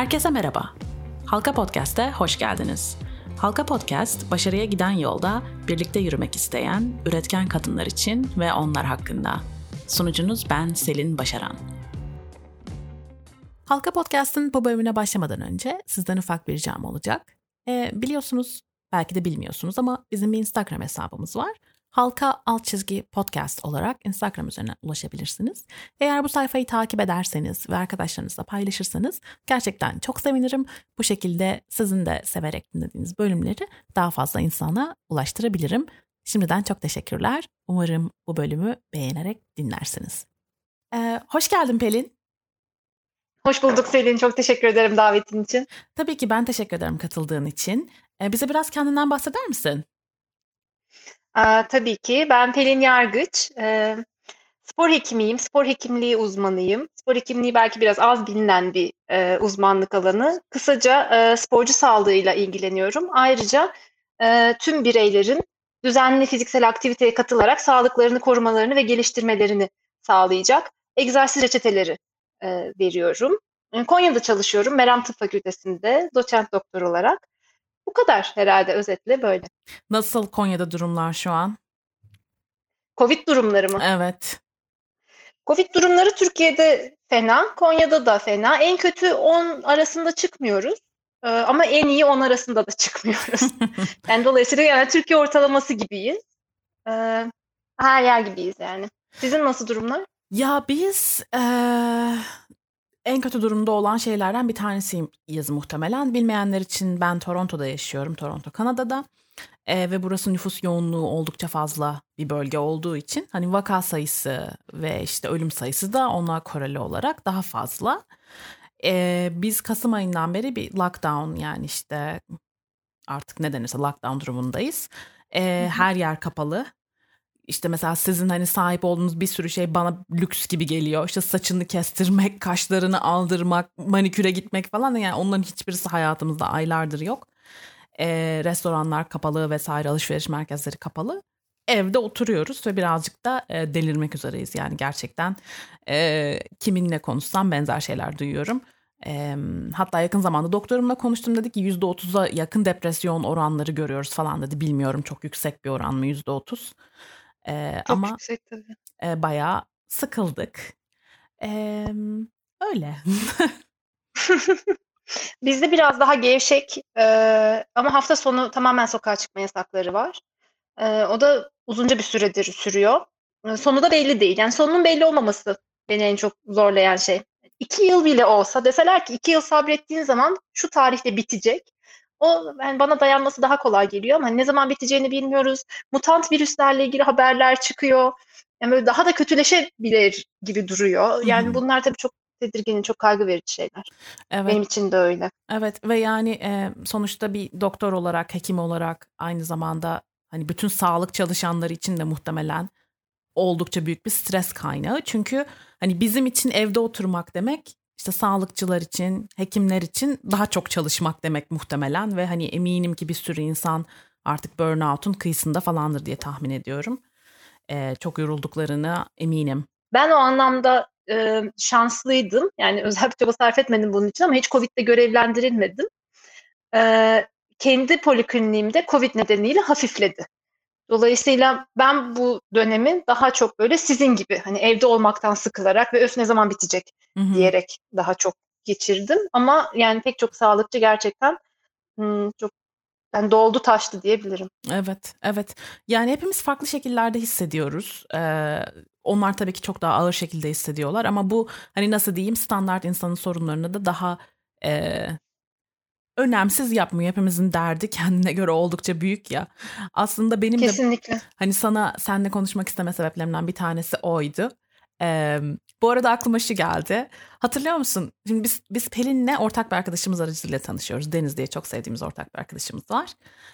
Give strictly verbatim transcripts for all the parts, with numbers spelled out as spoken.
Herkese merhaba. Halka Podcast'e hoş geldiniz. Halka Podcast, başarıya giden yolda birlikte yürümek isteyen, üretken kadınlar için ve onlar hakkında. Sunucunuz ben Selin Başaran. Halka Podcast'ın bu bölümüne başlamadan önce sizden ufak bir ricam olacak. E, biliyorsunuz, belki de bilmiyorsunuz ama bizim bir Instagram hesabımız var. Halka alt çizgi podcast olarak Instagram üzerinden ulaşabilirsiniz. Eğer bu sayfayı takip ederseniz ve arkadaşlarınızla paylaşırsanız gerçekten çok sevinirim. Bu şekilde sizin de severek dinlediğiniz bölümleri daha fazla insana ulaştırabilirim. Şimdiden çok teşekkürler. Umarım bu bölümü beğenerek dinlersiniz. Ee, hoş geldin Pelin. Hoş bulduk Selin. Çok teşekkür ederim davetin için. Tabii ki ben teşekkür ederim katıldığın için. Ee, bize biraz kendinden bahseder misin? Aa, tabii ki. Ben Pelin Yargıç. Ee, spor hekimiyim. Spor hekimliği uzmanıyım. Spor hekimliği belki biraz az bilinen bir e, uzmanlık alanı. Kısaca e, sporcu sağlığıyla ilgileniyorum. Ayrıca e, tüm bireylerin düzenli fiziksel aktiviteye katılarak sağlıklarını korumalarını ve geliştirmelerini sağlayacak egzersiz reçeteleri e, veriyorum. Konya'da çalışıyorum. Meram Tıp Fakültesi'nde doçent doktor olarak. Bu kadar herhalde özetle böyle. Nasıl Konya'da durumlar şu an? Covid durumları mı? Evet. Covid durumları Türkiye'de fena, Konya'da da fena. En kötü on arasında çıkmıyoruz. Ee, ama en iyi on arasında da çıkmıyoruz. Yani dolayısıyla yani Türkiye ortalaması gibiyiz. Ee, her yer gibiyiz yani. Sizin nasıl durumlar? Ya biz eee, en kötü durumda olan şeylerden bir tanesiyiz muhtemelen. Bilmeyenler için ben Toronto'da yaşıyorum. Toronto, Kanada'da. Eee, ve burası nüfus yoğunluğu oldukça fazla bir bölge olduğu için hani vaka sayısı ve işte ölüm sayısı da onunla koreli olarak daha fazla. Eee, biz Kasım ayından beri bir lockdown, yani işte artık ne denirse lockdown durumundayız. Eee, her yer kapalı. İşte mesela sizin hani sahip olduğunuz bir sürü şey bana lüks gibi geliyor. İşte saçını kestirmek, kaşlarını aldırmak, maniküre gitmek falan. Yani onların hiçbirisi hayatımızda aylardır yok. Ee, restoranlar kapalı vesaire, alışveriş merkezleri kapalı. Evde oturuyoruz ve birazcık da e, delirmek üzereyiz. Yani gerçekten e, kiminle konuşsam benzer şeyler duyuyorum. E, hatta yakın zamanda doktorumla konuştum, dedi ki yüzde otuza yakın depresyon oranları görüyoruz falan dedi. Bilmiyorum, çok yüksek bir oran mı yüzde otuz? Ee, Çok ama yüksek tabii. e, bayağı sıkıldık. Ee, öyle. Bizde biraz daha gevşek e, ama hafta sonu tamamen sokağa çıkma yasakları var. E, o da uzunca bir süredir sürüyor. E, sonu da belli değil. Yani sonunun belli olmaması beni en çok zorlayan şey. İki yıl bile olsa deseler ki iki yıl sabrettiğin zaman şu tarihte bitecek. O yani bana dayanması daha kolay geliyor ama ne zaman biteceğini bilmiyoruz. Mutant virüslerle ilgili haberler çıkıyor. Yani böyle daha da kötüleşebilir gibi duruyor. Yani bunlar tabii çok tedirgin, çok kaygı verici şeyler. Evet. Benim için de öyle. Evet ve yani e, sonuçta bir doktor olarak, hekim olarak aynı zamanda hani bütün sağlık çalışanları için de muhtemelen oldukça büyük bir stres kaynağı. Çünkü hani bizim için evde oturmak demek, işte sağlıkçılar için, hekimler için daha çok çalışmak demek muhtemelen ve hani eminim ki bir sürü insan artık burnout'un kıyısında falandır diye tahmin ediyorum. Ee, çok yorulduklarına eminim. Ben o anlamda e, şanslıydım. Yani özel bir çaba sarf etmedim bunun için ama hiç Covid'de görevlendirilmedim. E, kendi polikliniğimde Covid nedeniyle hafifledi. Dolayısıyla ben bu dönemi daha çok böyle sizin gibi hani evde olmaktan sıkılarak ve öf ne zaman bitecek Hı hı. diyerek daha çok geçirdim. Ama yani pek çok sağlıkçı gerçekten hmm, çok yani doldu taştı diyebilirim. Evet, evet. Yani hepimiz farklı şekillerde hissediyoruz. Ee, onlar tabii ki çok daha ağır şekilde hissediyorlar ama bu hani nasıl diyeyim, standart insanın sorunlarını da daha e, önemsiz yapmıyor. Hepimizin derdi kendine göre oldukça büyük ya. Aslında benim de Kesinlikle. hani sana seninle konuşmak isteme sebeplerimden bir tanesi oydu. Ee, bu arada aklıma şu geldi. Hatırlıyor musun? Şimdi biz biz Pelin'le ortak bir arkadaşımız aracılığıyla tanışıyoruz. Deniz diye çok sevdiğimiz ortak bir arkadaşımız var.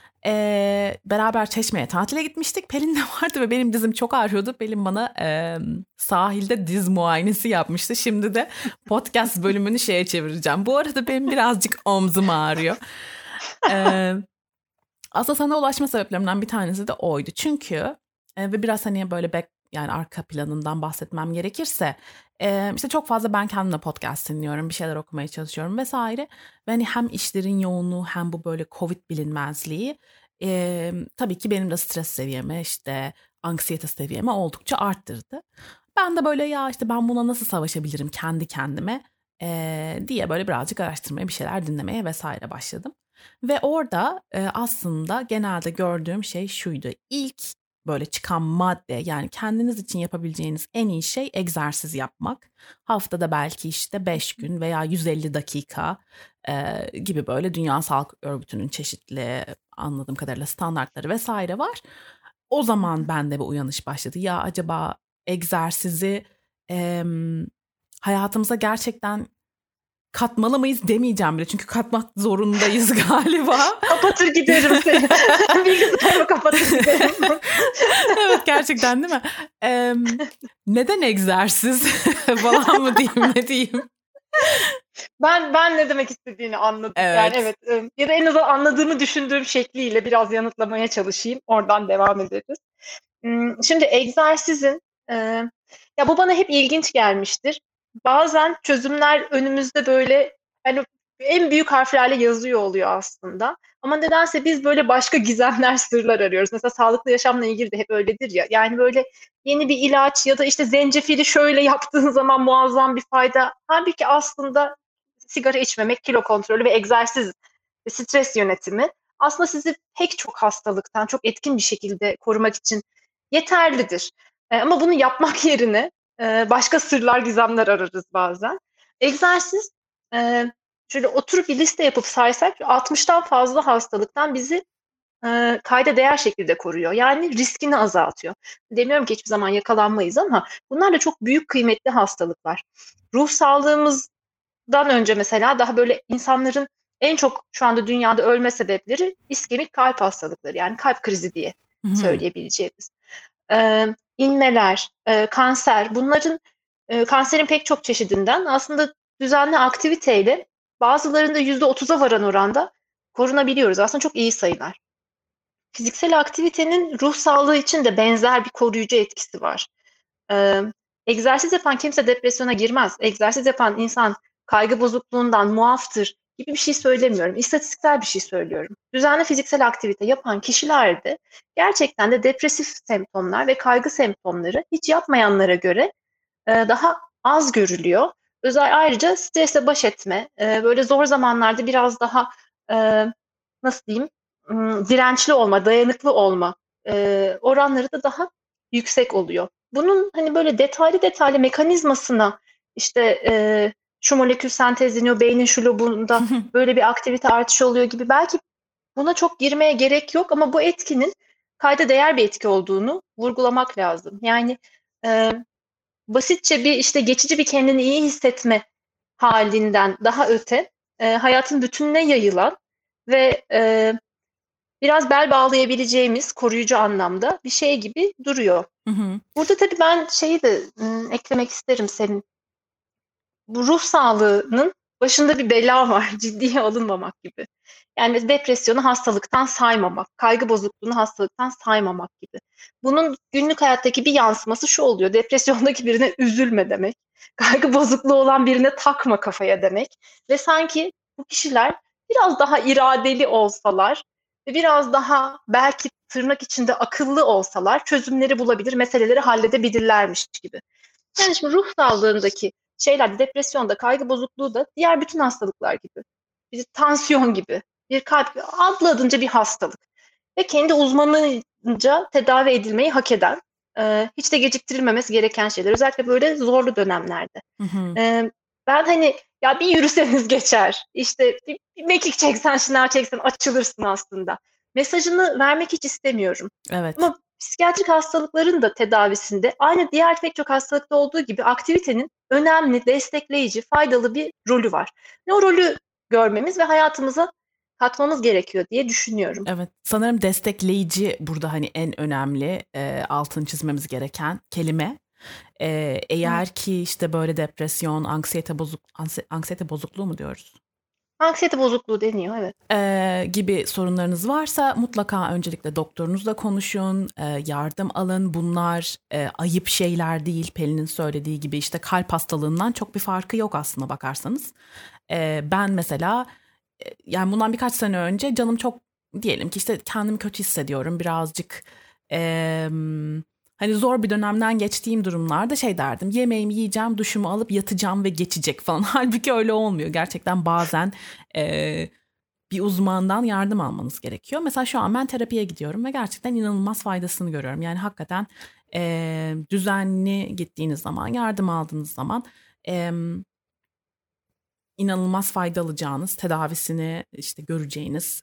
Ee, beraber Çeşme'ye tatile gitmiştik. Pelin de vardı ve benim dizim çok ağrıyordu. Pelin bana e, sahilde diz muayenesi yapmıştı. Şimdi de podcast bölümünü şeye çevireceğim. Bu arada benim birazcık omzum ağrıyor. Ee, aslında sana ulaşma sebeplerimden bir tanesi de oydu. Çünkü e, ve biraz hani böyle back, yani arka planından bahsetmem gerekirse e, işte çok fazla ben kendim de podcast dinliyorum, bir şeyler okumaya çalışıyorum vesaire. Ve hani hem işlerin yoğunluğu hem bu böyle Covid bilinmezliği e, tabii ki benim de stres seviyemi, işte anksiyete seviyemi oldukça arttırdı. Ben de böyle ya işte ben buna nasıl savaşabilirim kendi kendime e, diye böyle birazcık araştırmaya, bir şeyler dinlemeye vesaire başladım. Ve orada e, aslında genelde gördüğüm şey şuydu. İlk böyle çıkan madde, yani kendiniz için yapabileceğiniz en iyi şey egzersiz yapmak. Haftada belki işte beş gün veya yüz elli dakika e, gibi böyle Dünya Sağlık Örgütü'nün çeşitli, anladığım kadarıyla, standartları vesaire var. O zaman bende bir uyanış başladı. Ya acaba egzersizi e, hayatımıza gerçekten katmalı mıyız demeyeceğim bile. Çünkü katmak zorundayız galiba. Kapatır giderim seni. Bilgisayarımı kapatır giderim. Evet, gerçekten değil mi? Ee, neden egzersiz falan mı diyeyim, ne diyeyim? Ben ben ne demek istediğini anladım. Evet. Yani evet. Ya da en azından anladığımı düşündüğüm şekliyle biraz yanıtlamaya çalışayım. Oradan devam ederiz. Şimdi egzersizin, e, ya bu bana hep ilginç gelmiştir. Bazen çözümler önümüzde böyle hani en büyük harflerle yazıyor oluyor aslında. Ama nedense biz böyle başka gizemler, sırlar arıyoruz. Mesela sağlıklı yaşamla ilgili de hep öyledir ya. Yani böyle yeni bir ilaç ya da işte zencefili şöyle yaptığın zaman muazzam bir fayda. Halbuki aslında sigara içmemek, kilo kontrolü ve egzersiz, ve stres yönetimi aslında sizi pek çok hastalıktan çok etkin bir şekilde korumak için yeterlidir. E, ama bunu yapmak yerine e, başka sırlar, gizemler ararız bazen. Egzersiz, e, şöyle oturup bir liste yapıp saysak altmıştan fazla hastalıktan bizi e, kayda değer şekilde koruyor. Yani riskini azaltıyor. Demiyorum ki hiçbir zaman yakalanmayız ama bunlar da çok büyük, kıymetli hastalıklar. Ruh sağlığımızdan önce mesela daha böyle insanların en çok şu anda dünyada ölme sebepleri iskemik kalp hastalıkları, yani kalp krizi diye söyleyebileceğimiz. Ee, inmeler, e, kanser, bunların e, kanserin pek çok çeşidinden aslında düzenli aktiviteyle bazılarında yüzde otuza varan oranda korunabiliyoruz. Aslında çok iyi sayılar. Fiziksel aktivitenin ruh sağlığı için de benzer bir koruyucu etkisi var. Ee, egzersiz yapan kimse depresyona girmez. Egzersiz yapan insan kaygı bozukluğundan muaftır gibi bir şey söylemiyorum. İstatistiksel bir şey söylüyorum. Düzenli fiziksel aktivite yapan kişilerde gerçekten de depresif semptomlar ve kaygı semptomları hiç yapmayanlara göre e, daha az görülüyor. Özel ayrıca stresle baş etme, e, böyle zor zamanlarda biraz daha e, nasıl diyeyim, dirençli olma, dayanıklı olma e, oranları da daha yüksek oluyor. Bunun hani böyle detaylı detaylı mekanizmasına, işte e, şu molekül sentezleniyor, beynin şu lobunda böyle bir aktivite artışı oluyor gibi, belki buna çok girmeye gerek yok ama bu etkinin kayda değer bir etki olduğunu vurgulamak lazım. Yani e, basitçe bir işte geçici bir kendini iyi hissetme halinden daha öte e, hayatın bütününe yayılan ve e, biraz bel bağlayabileceğimiz koruyucu anlamda bir şey gibi duruyor. Hı hı. Burada tabii ben şeyi de ım, eklemek isterim senin. Bu ruh sağlığının başında bir bela var, ciddiye alınmamak gibi. Yani depresyonu hastalıktan saymamak, kaygı bozukluğunu hastalıktan saymamak gibi. Bunun günlük hayattaki bir yansıması şu oluyor: depresyondaki birine üzülme demek, kaygı bozukluğu olan birine takma kafaya demek ve sanki bu kişiler biraz daha iradeli olsalar ve biraz daha belki tırnak içinde akıllı olsalar çözümleri bulabilir, meseleleri halledebilirlermiş gibi. Yani şimdi ruh sağlığındaki şeyler, depresyonda, kaygı bozukluğu da diğer bütün hastalıklar gibi. Bir tansiyon gibi, bir kalp, adlı adınca bir hastalık. Ve kendi uzmanınca tedavi edilmeyi hak eden, e, hiç de geciktirilmemesi gereken şeyler. Özellikle böyle zorlu dönemlerde. Hı hı. E, ben hani ya bir yürüseniz geçer, işte bir, bir mekik çeksen, şınav çeksen açılırsın aslında mesajını vermek hiç istemiyorum. Evet. Ama psikiyatrik hastalıkların da tedavisinde aynı diğer pek çok hastalıkta olduğu gibi aktivitenin önemli, destekleyici, faydalı bir rolü var. Ve o rolü görmemiz ve hayatımıza katmamız gerekiyor diye düşünüyorum. Evet, sanırım destekleyici burada hani en önemli e, altını çizmemiz gereken kelime. E, eğer ki işte böyle depresyon, anksiyete bozuk, anksiyete bozukluğu mu diyoruz? Anksiyete bozukluğu deniyor, evet. Ee, gibi sorunlarınız varsa mutlaka öncelikle doktorunuzla konuşun, e, yardım alın. Bunlar e, ayıp şeyler değil. Pelin'in söylediği gibi işte kalp hastalığından çok bir farkı yok aslında bakarsanız. Ee, ben mesela e, yani bundan birkaç sene önce canım çok, diyelim ki işte kendimi kötü hissediyorum birazcık. E, Hani zor bir dönemden geçtiğim durumlarda şey derdim, yemeğimi yiyeceğim, duşumu alıp yatacağım ve geçecek falan. Halbuki öyle olmuyor. Gerçekten bazen e, bir uzmandan yardım almanız gerekiyor. Mesela şu an ben terapiye gidiyorum ve gerçekten inanılmaz faydasını görüyorum. Yani hakikaten e, düzenli gittiğiniz zaman, yardım aldığınız zaman e, inanılmaz fayda alacağınız, tedavisini işte göreceğiniz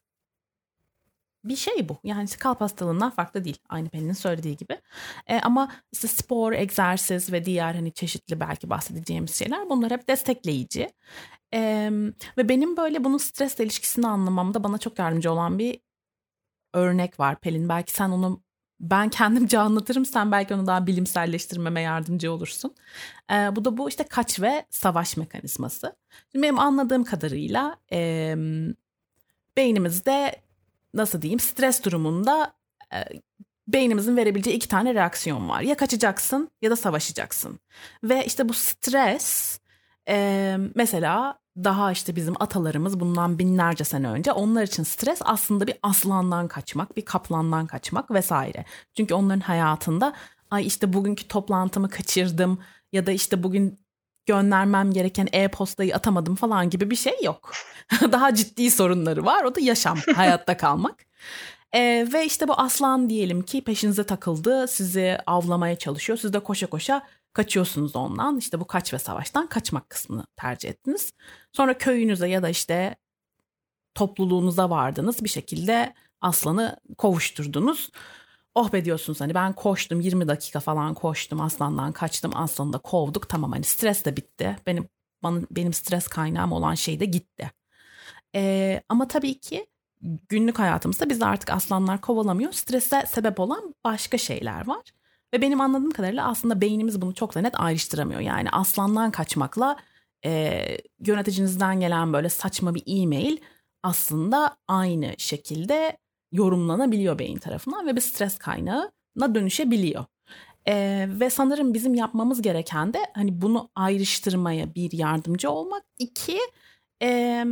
bir şey bu. Yani kalp hastalığından farklı değil. Aynı Pelin'in söylediği gibi. E, ama işte spor, egzersiz ve diğer hani çeşitli belki bahsedeceğimiz şeyler, bunlar hep destekleyici. E, Ve benim böyle bunun stresle ilişkisini anlamamda bana çok yardımcı olan bir örnek var Pelin. Belki sen onu, ben kendimce anlatırım, sen belki onu daha bilimselleştirmeme yardımcı olursun. E, bu da bu işte kaç ve savaş mekanizması. Şimdi benim anladığım kadarıyla e, beynimizde, nasıl diyeyim, stres durumunda e, beynimizin verebileceği iki tane reaksiyon var. Ya kaçacaksın ya da savaşacaksın. Ve işte bu stres e, mesela daha işte bizim atalarımız bundan binlerce sene önce, onlar için stres aslında bir aslandan kaçmak, bir kaplandan kaçmak vesaire. Çünkü onların hayatında ay işte bugünkü toplantımı kaçırdım ya da işte bugün göndermem gereken e-postayı atamadım falan gibi bir şey yok. Daha ciddi sorunları var. O da yaşam, hayatta kalmak. Ee, ve işte bu aslan diyelim ki peşinize takıldı, sizi avlamaya çalışıyor. Siz de koşa koşa kaçıyorsunuz ondan. İşte bu kaç ve savaştan kaçmak kısmını tercih ettiniz. Sonra köyünüze ya da işte topluluğunuza vardınız. Bir şekilde aslanı kovuşturdunuz. Oh be diyorsunuz, hani ben koştum, yirmi dakika falan koştum, aslandan kaçtım, aslanı da kovduk, tamam, hani stres de bitti. Benim bana, benim stres kaynağım olan şey de gitti. Ee, ama tabii ki günlük hayatımızda biz artık aslanlar kovalamıyor. Strese sebep olan başka şeyler var. Ve benim anladığım kadarıyla aslında beynimiz bunu çok da net ayrıştıramıyor. Yani aslandan kaçmakla e, yöneticinizden gelen böyle saçma bir e-mail aslında aynı şekilde yorumlanabiliyor beyin tarafından ve bir stres kaynağına dönüşebiliyor. Ee, ve sanırım bizim yapmamız gereken de hani bunu ayrıştırmaya bir yardımcı olmak. İki, e,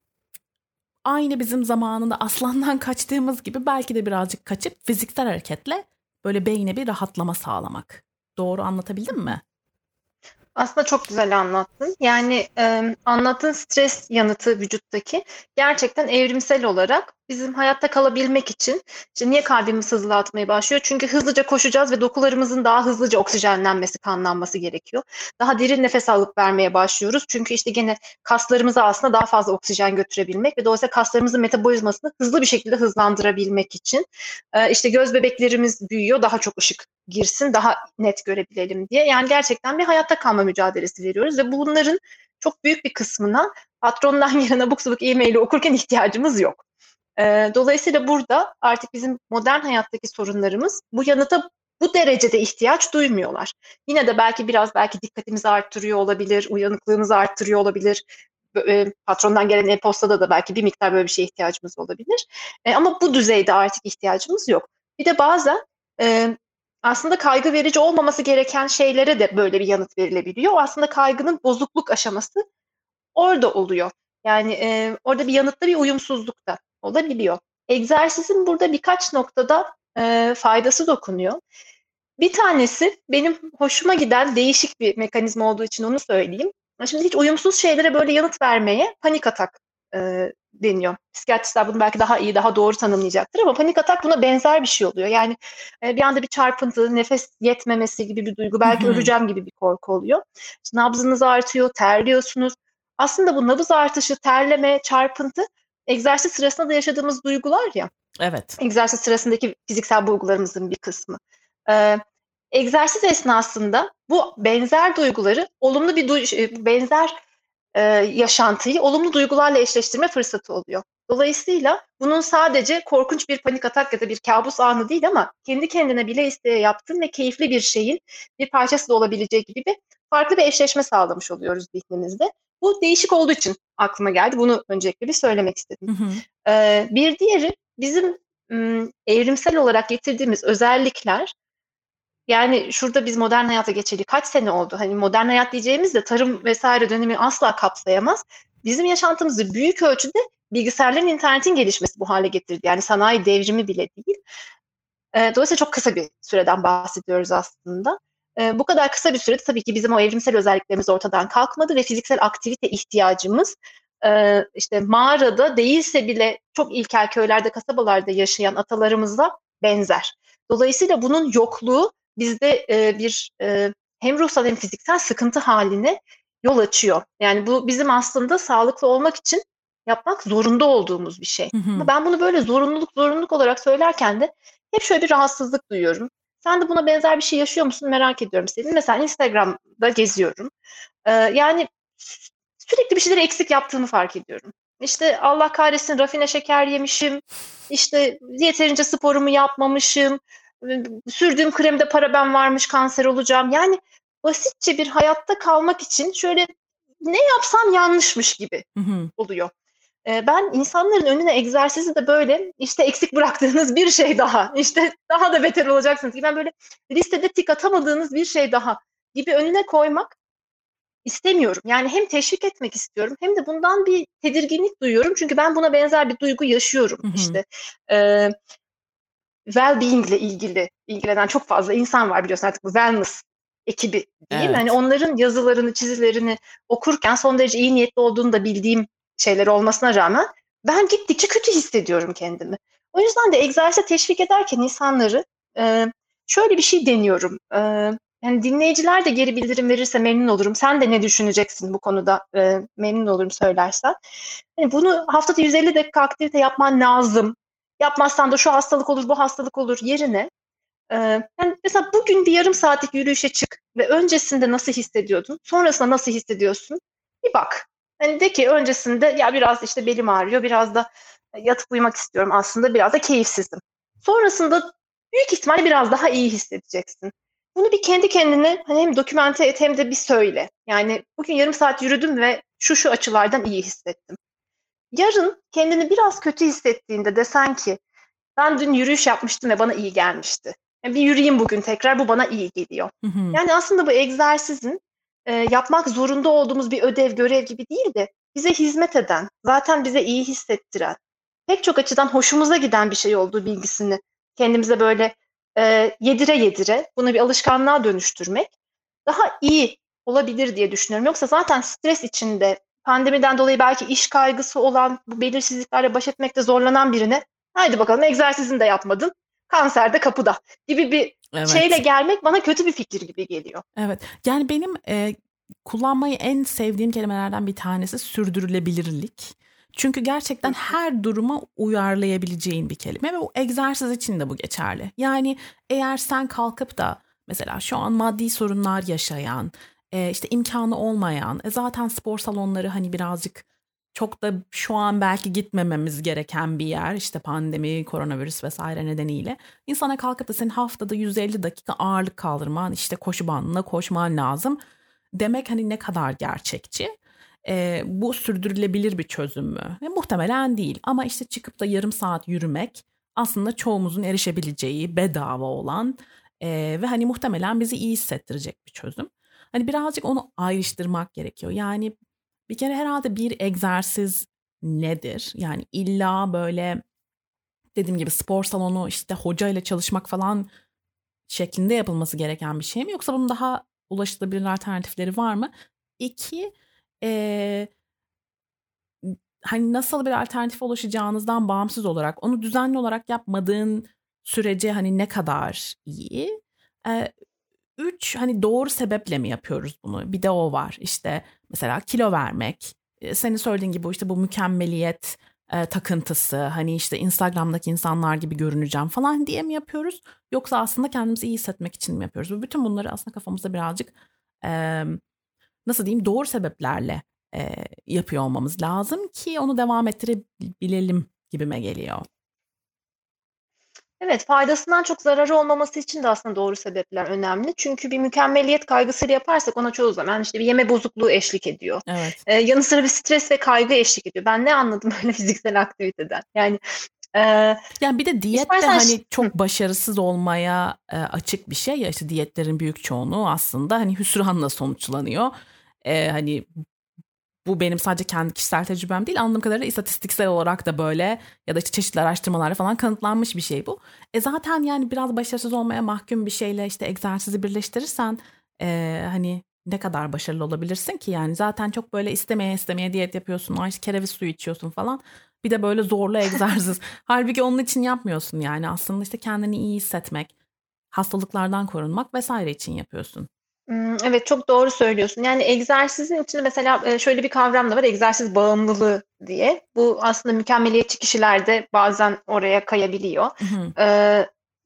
aynı bizim zamanında aslandan kaçtığımız gibi belki de birazcık kaçıp fiziksel hareketle böyle beyne bir rahatlama sağlamak. Doğru anlatabildim mi? Aslında çok güzel anlattın. Yani e, anlattığın stres yanıtı vücuttaki gerçekten evrimsel olarak bizim hayatta kalabilmek için, işte niye kalbimiz hızlı atmaya başlıyor? Çünkü hızlıca koşacağız ve dokularımızın daha hızlıca oksijenlenmesi, kanlanması gerekiyor. Daha derin nefes alıp vermeye başlıyoruz. Çünkü işte gene kaslarımıza aslında daha fazla oksijen götürebilmek ve dolayısıyla kaslarımızın metabolizmasını hızlı bir şekilde hızlandırabilmek için e, işte göz bebeklerimiz büyüyor, daha çok ışık girsin, daha net görebilelim diye. Yani gerçekten bir hayatta kalma mücadelesi veriyoruz ve bunların çok büyük bir kısmına patrondan gelen abuk sabuk e-maili okurken ihtiyacımız yok. Ee, dolayısıyla burada artık bizim modern hayattaki sorunlarımız bu yanıta bu derecede ihtiyaç duymuyorlar. Yine de belki biraz belki dikkatimizi arttırıyor olabilir, uyanıklığımızı arttırıyor olabilir. E, patrondan gelen e-postada da belki bir miktar böyle bir şeye ihtiyacımız olabilir. E, ama bu düzeyde artık ihtiyacımız yok. Bir de bazen e, aslında kaygı verici olmaması gereken şeylere de böyle bir yanıt verilebiliyor. O aslında kaygının bozukluk aşaması orada oluyor. Yani e, orada bir yanıtta bir uyumsuzluk da olabiliyor. Egzersizin burada birkaç noktada e, faydası dokunuyor. Bir tanesi benim hoşuma giden değişik bir mekanizma olduğu için onu söyleyeyim. Şimdi hiç uyumsuz şeylere böyle yanıt vermeye panik atak e, deniyor. Psikiyatristler bunu belki daha iyi, daha doğru tanımlayacaktır ama panik atak buna benzer bir şey oluyor. Yani e, bir anda bir çarpıntı, nefes yetmemesi gibi bir duygu, Hı belki hı. öleceğim gibi bir korku oluyor. İşte nabzınız artıyor, terliyorsunuz. Aslında bu nabız artışı, terleme, çarpıntı egzersiz sırasında da yaşadığımız duygular ya. Evet. Egzersiz sırasındaki fiziksel bulgularımızın bir kısmı. Ee, egzersiz esnasında bu benzer duyguları, olumlu bir du- benzer e, yaşantıyı olumlu duygularla eşleştirme fırsatı oluyor. Dolayısıyla bunun sadece korkunç bir panik atak ya da bir kabus anı değil ama kendi kendine bile isteye yaptığın ve keyifli bir şeyin bir parçası da olabileceği gibi bir farklı bir eşleşme sağlamış oluyoruz zihnimizde. Bu değişik olduğu için aklıma geldi. Bunu öncelikle bir söylemek istedim. Hı hı. Ee, bir diğeri bizim ım, evrimsel olarak getirdiğimiz özellikler. Yani şurada biz modern hayata geçeli kaç sene oldu? Hani modern hayat diyeceğimiz de tarım vesaire dönemi asla kapsayamaz. Bizim yaşantımızı büyük ölçüde bilgisayarların, internetin gelişmesi bu hale getirdi. Yani sanayi devrimi bile değil. E, dolayısıyla çok kısa bir süreden bahsediyoruz aslında. E, bu kadar kısa bir sürede tabii ki bizim o evrimsel özelliklerimiz ortadan kalkmadı ve fiziksel aktivite ihtiyacımız e, işte mağarada değilse bile çok ilkel köylerde, kasabalarda yaşayan atalarımızla benzer. Dolayısıyla bunun yokluğu bizde e, bir e, hem ruhsal hem fiziksel sıkıntı haline yol açıyor. Yani bu bizim aslında sağlıklı olmak için yapmak zorunda olduğumuz bir şey. Hı hı. Ama ben bunu böyle zorunluluk zorunluluk olarak söylerken de hep şöyle bir rahatsızlık duyuyorum. Sen de buna benzer bir şey yaşıyor musun merak ediyorum senin. Mesela Instagram'da geziyorum. Ee, yani sürekli bir şeyleri eksik yaptığımı fark ediyorum. İşte Allah kahretsin rafine şeker yemişim. İşte yeterince sporumu yapmamışım. Sürdüğüm kremde paraben varmış, kanser olacağım. Yani basitçe bir hayatta kalmak için şöyle ne yapsam yanlışmış gibi Hı hı. oluyor. Ee, ben insanların önüne egzersizi de böyle işte eksik bıraktığınız bir şey daha, işte daha da beter olacaksınız gibi. Ben böyle listede tik atamadığınız bir şey daha gibi önüne koymak istemiyorum. Yani hem teşvik etmek istiyorum hem de bundan bir tedirginlik duyuyorum. Çünkü ben buna benzer bir duygu yaşıyorum. Hı hı. İşte e, well-being ile ilgili ilgilenen çok fazla insan var biliyorsun artık bu wellness ekibi diyeyim. Evet. Yani onların yazılarını, çizilerini okurken son derece iyi niyetli olduğunu da bildiğim şeyler olmasına rağmen ben gittikçe kötü hissediyorum kendimi. O yüzden de egzersize teşvik ederken insanları e, şöyle bir şey deniyorum. E, yani dinleyiciler de geri bildirim verirse memnun olurum. Sen de ne düşüneceksin bu konuda e, memnun olurum söylersen. Yani bunu haftada yüz elli dakika aktivite yapman lazım. Yapmazsan da şu hastalık olur, bu hastalık olur yerine e, yani mesela bugün bir yarım saatlik yürüyüşe çık ve öncesinde nasıl hissediyordun, sonrasında nasıl hissediyorsun? Bir bak. Hani de ki öncesinde ya biraz işte belim ağrıyor, biraz da yatıp uyumak istiyorum aslında, biraz da keyifsizim. Sonrasında büyük ihtimalle biraz daha iyi hissedeceksin. Bunu bir kendi kendine hani hem dokümente et hem de bir söyle. Yani bugün yarım saat yürüdüm ve şu şu açılardan iyi hissettim. Yarın kendini biraz kötü hissettiğinde desen ki ben dün yürüyüş yapmıştım ve bana iyi gelmişti. Yani bir yürüyeyim bugün tekrar bu bana iyi geliyor. Hı hı. Yani aslında bu egzersizin e, yapmak zorunda olduğumuz bir ödev, görev gibi değil de bize hizmet eden, zaten bize iyi hissettiren, pek çok açıdan hoşumuza giden bir şey olduğu bilgisini kendimize böyle e, yedire yedire bunu bir alışkanlığa dönüştürmek daha iyi olabilir diye düşünüyorum. Yoksa zaten stres içinde pandemiden dolayı belki iş kaygısı olan, bu belirsizliklerle baş etmekte zorlanan birine haydi bakalım egzersizini de yapmadın, kanser de kapıda gibi bir şeyle Evet. gelmek bana kötü bir fikir gibi geliyor. Evet. Yani benim e, kullanmayı en sevdiğim kelimelerden bir tanesi sürdürülebilirlik. Çünkü gerçekten her duruma uyarlayabileceğin bir kelime ve bu egzersiz için de bu geçerli. Yani eğer sen kalkıp da mesela şu an maddi sorunlar yaşayan, e, işte imkanı olmayan, e, zaten spor salonları hani birazcık çok da şu an belki gitmememiz gereken bir yer, işte pandemi, koronavirüs vesaire nedeniyle insana kalkıp da senin haftada yüz elli dakika ağırlık kaldırman, işte koşu bandına koşman lazım demek hani ne kadar gerçekçi. E, bu sürdürülebilir bir çözüm mü? E, muhtemelen değil ama işte çıkıp da yarım saat yürümek aslında çoğumuzun erişebileceği bedava olan e, ve hani muhtemelen bizi iyi hissettirecek bir çözüm. Hani birazcık onu ayrıştırmak gerekiyor. Yani bir kere herhalde bir egzersiz nedir? Yani illa böyle dediğim gibi spor salonu işte hoca ile çalışmak falan şeklinde yapılması gereken bir şey mi? Yoksa bunun daha ulaşılabilir alternatifleri var mı? İki, e, hani nasıl bir alternatif ulaşacağınızdan bağımsız olarak onu düzenli olarak yapmadığın sürece hani ne kadar iyi? E, üç, hani doğru sebeple mi yapıyoruz bunu? Bir de o var. İşte mesela kilo vermek. E, senin söylediğin gibi işte bu mükemmeliyet e, takıntısı. Hani işte Instagram'daki insanlar gibi görüneceğim falan diye mi yapıyoruz? Yoksa aslında kendimizi iyi hissetmek için mi yapıyoruz? Ve bütün bunları aslında kafamızda birazcık e, nasıl diyeyim doğru sebeplerle e, yapıyor olmamız lazım ki onu devam ettirebilelim gibime geliyor. Evet, faydasından çok zararı olmaması için de aslında doğru sebepler önemli. Çünkü bir mükemmeliyet kaygısıyla yaparsak ona çoğu zaman işte bir yeme bozukluğu eşlik ediyor. Evet. Ee, yanı sıra bir stres ve kaygı eşlik ediyor. Ben ne anladım böyle fiziksel aktiviteden? Yani e, Yani bir de diyet de istersen ş- hani çok başarısız olmaya e, açık bir şey ya, işte diyetlerin büyük çoğunluğu aslında hani hüsranla sonuçlanıyor. E, hani bu benim sadece kendi kişisel tecrübem değil, anladığım kadarıyla istatistiksel olarak da böyle, ya da işte çeşitli araştırmalarla falan kanıtlanmış bir şey bu. E zaten yani biraz başarısız olmaya mahkum bir şeyle işte egzersizi birleştirirsen e, hani ne kadar başarılı olabilirsin ki? Yani zaten çok böyle istemeye istemeye diyet yapıyorsun, ay işte kereviz suyu içiyorsun falan. Bir de böyle zorlu egzersiz. Halbuki onun için yapmıyorsun yani, aslında işte kendini iyi hissetmek, hastalıklardan korunmak vesaire için yapıyorsun. Hmm, evet, çok doğru söylüyorsun. Yani egzersizin içinde mesela e, şöyle bir kavram da var, egzersiz bağımlılığı diye. Bu aslında mükemmeliyetçi kişilerde bazen oraya kayabiliyor. Hı hı. Ee,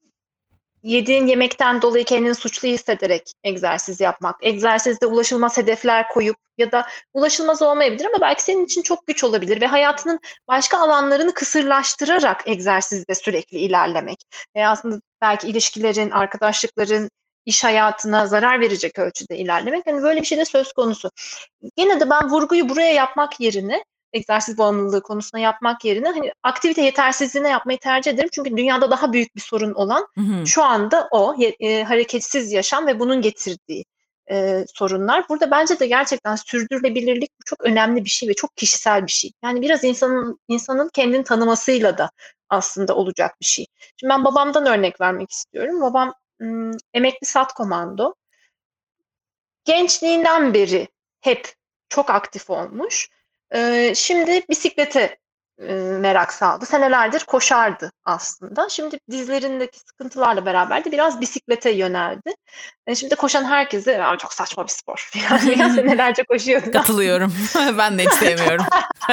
Yediğin yemekten dolayı kendini suçlu hissederek egzersiz yapmak, egzersizde ulaşılmaz hedefler koyup ya da ulaşılmaz olmayabilir ama belki senin için çok güç olabilir ve hayatının başka alanlarını kısırlaştırarak egzersizde sürekli ilerlemek. Ve aslında belki ilişkilerin, arkadaşlıkların, iş hayatına zarar verecek ölçüde ilerlemek. Yani böyle bir şey de söz konusu. Yine de ben vurguyu buraya yapmak yerine, egzersiz bağımlılığı konusuna yapmak yerine hani aktivite yetersizliğine yapmayı tercih ederim. Çünkü dünyada daha büyük bir sorun olan Hı hı. şu anda o e, hareketsiz yaşam ve bunun getirdiği e, sorunlar. Burada bence de gerçekten sürdürülebilirlik çok önemli bir şey ve çok kişisel bir şey. Yani biraz insanın insanın kendini tanımasıyla da aslında olacak bir şey. Şimdi ben babamdan örnek vermek istiyorum. Babam ım, emekli SAT komando. Gençliğinden beri hep çok aktif olmuş. Ee, şimdi bisiklete e, merak saldı. Senelerdir koşardı aslında. Şimdi dizlerindeki sıkıntılarla beraber de biraz bisiklete yöneldi. E, şimdi koşan herkese "Ya, çok saçma bir spor." Yani ya senelerce koşuyordun aslında. Katılıyorum. Ben de hiç sevmiyorum.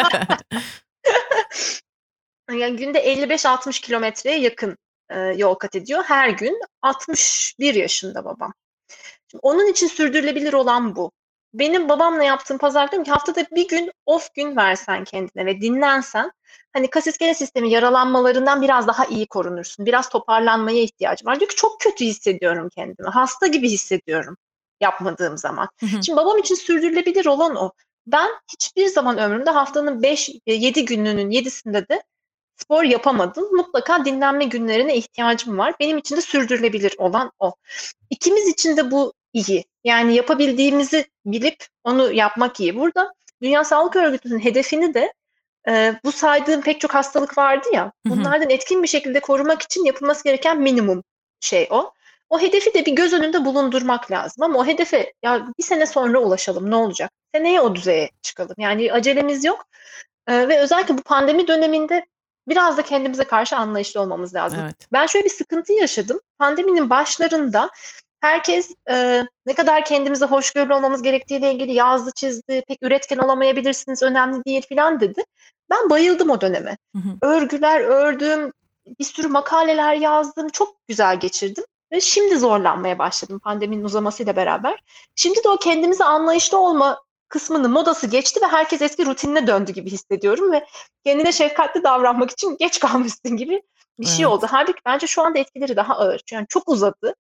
Yani günde elli beş altmış kilometreye yakın e, yol kat ediyor. Her gün altmış bir yaşında babam. Şimdi onun için sürdürülebilir olan bu. Benim babamla yaptığım pazar, diyorum ki haftada bir gün off gün versen kendine ve dinlensen, hani kas iskelet sistemi yaralanmalarından biraz daha iyi korunursun. Biraz toparlanmaya ihtiyacım var. Diyor ki çok kötü hissediyorum kendimi. Hasta gibi hissediyorum yapmadığım zaman. Hı hı. Şimdi babam için sürdürülebilir olan o. Ben hiçbir zaman ömrümde haftanın beş yedi gününün yedisinde de spor yapamadım. Mutlaka dinlenme günlerine ihtiyacım var. Benim için de sürdürülebilir olan o. İkimiz için de bu iyi. Yani yapabildiğimizi bilip onu yapmak iyi. Burada Dünya Sağlık Örgütü'nün hedefini de e, bu saydığım pek çok hastalık vardı ya, Hı hı. bunlardan etkin bir şekilde korumak için yapılması gereken minimum şey o. O hedefi de bir göz önünde bulundurmak lazım ama o hedefe ya bir sene sonra ulaşalım, ne olacak? Seneye o düzeye çıkalım. Yani acelemiz yok. E, ve özellikle bu pandemi döneminde biraz da kendimize karşı anlayışlı olmamız lazım. Evet. Ben şöyle bir sıkıntı yaşadım. Pandeminin başlarında herkes e, ne kadar kendimize hoşgörülü olmamız gerektiğiyle ilgili yazdı, çizdi. Pek üretken olamayabilirsiniz, önemli değil filan dedi. Ben bayıldım o döneme. Hı hı. Örgüler ördüm, bir sürü makaleler yazdım. Çok güzel geçirdim. Ve şimdi zorlanmaya başladım pandeminin uzamasıyla beraber. Şimdi de o kendimize anlayışlı olma kısmının modası geçti ve herkes eski rutinine döndü gibi hissediyorum ve kendine şefkatli davranmak için geç kalmışsın gibi bir şey oldu. Evet. Halbuki bence şu anda etkileri daha ağır. Yani çok uzadı.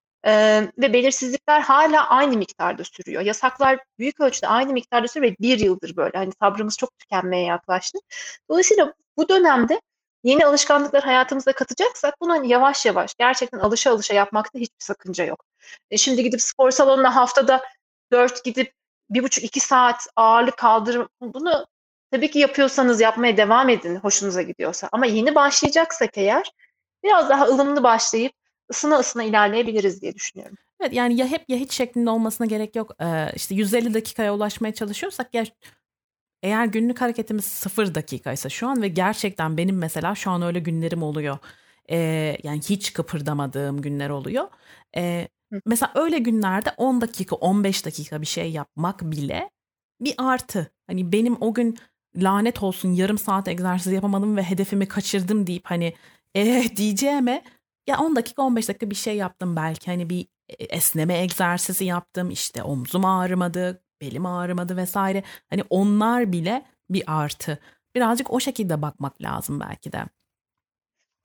Ee, ve belirsizlikler hala aynı miktarda sürüyor. Yasaklar büyük ölçüde aynı miktarda sürüyor ve bir yıldır böyle. Hani sabrımız çok tükenmeye yaklaştı. Dolayısıyla bu dönemde yeni alışkanlıklar hayatımıza katacaksak bunu hani yavaş yavaş gerçekten alışa alışa yapmakta hiçbir sakınca yok. E şimdi gidip spor salonuna haftada dört gidip bir buçuk iki saat ağırlık kaldırım, bunu tabii ki yapıyorsanız yapmaya devam edin hoşunuza gidiyorsa. Ama yeni başlayacaksak eğer biraz daha ılımlı başlayıp ısına ısına ilerleyebiliriz diye düşünüyorum. Evet, yani ya hep ya hiç şeklinde olmasına gerek yok. Ee, işte yüz elli dakikaya ulaşmaya çalışıyorsak, ya eğer günlük hareketimiz sıfır dakikaysa şu an, ve gerçekten benim mesela şu an öyle günlerim oluyor. Ee, yani hiç kıpırdamadığım günler oluyor. Ee, Hı. Mesela öyle günlerde on dakika on beş dakika bir şey yapmak bile bir artı. Hani benim o gün lanet olsun yarım saat egzersiz yapamadım ve hedefimi kaçırdım deyip hani eh diyeceğime, ya on dakika on beş dakika bir şey yaptım belki, hani bir esneme egzersizi yaptım, işte omzum ağrımadı, belim ağrımadı vesaire. Hani onlar bile bir artı. Birazcık o şekilde bakmak lazım belki de.